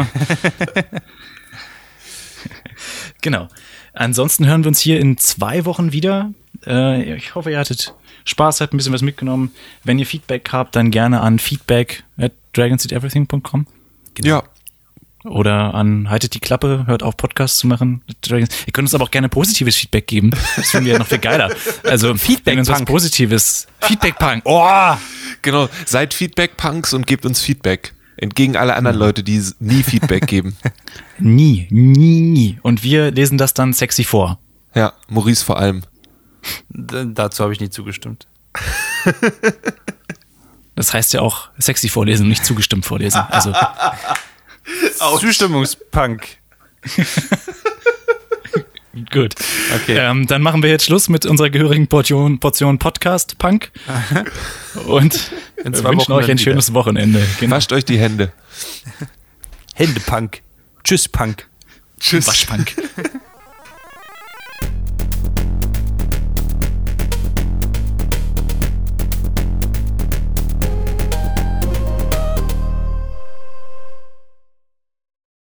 Speaker 2: Genau. Ansonsten hören wir uns hier in 2 Wochen wieder. Ich hoffe, ihr hattet Spaß, habt ein bisschen was mitgenommen. Wenn ihr Feedback habt, dann gerne an feedback@dragonseateverything.com.
Speaker 3: Genau. Ja.
Speaker 2: Oder an haltet die Klappe, hört auf Podcasts zu machen. Ihr könnt uns aber auch gerne positives Feedback geben. Das finden wir ja noch viel geiler. Also Feedback, wenn uns was Positives. Feedback-Punk. Oh!
Speaker 3: Genau, seid Feedback-Punks und gebt uns Feedback. Entgegen aller anderen Leute, die nie Feedback geben.
Speaker 2: Nie. Und wir lesen das dann sexy vor.
Speaker 3: Ja, Maurice vor allem.
Speaker 4: Dazu habe ich nie zugestimmt.
Speaker 2: Das heißt ja auch sexy vorlesen, nicht zugestimmt vorlesen. Also
Speaker 4: Zustimmungspunk.
Speaker 2: gut.
Speaker 4: Okay.
Speaker 2: Dann machen wir jetzt Schluss mit unserer gehörigen Portion Podcast-Punk. Und
Speaker 4: In 2
Speaker 2: wünschen
Speaker 4: Wochen
Speaker 2: euch
Speaker 4: dann
Speaker 2: ein schönes Wochenende. Genau.
Speaker 3: Wascht euch die Hände.
Speaker 4: Händepunk. Tschüss, Punk.
Speaker 3: Tschüss.
Speaker 2: Waschpunk.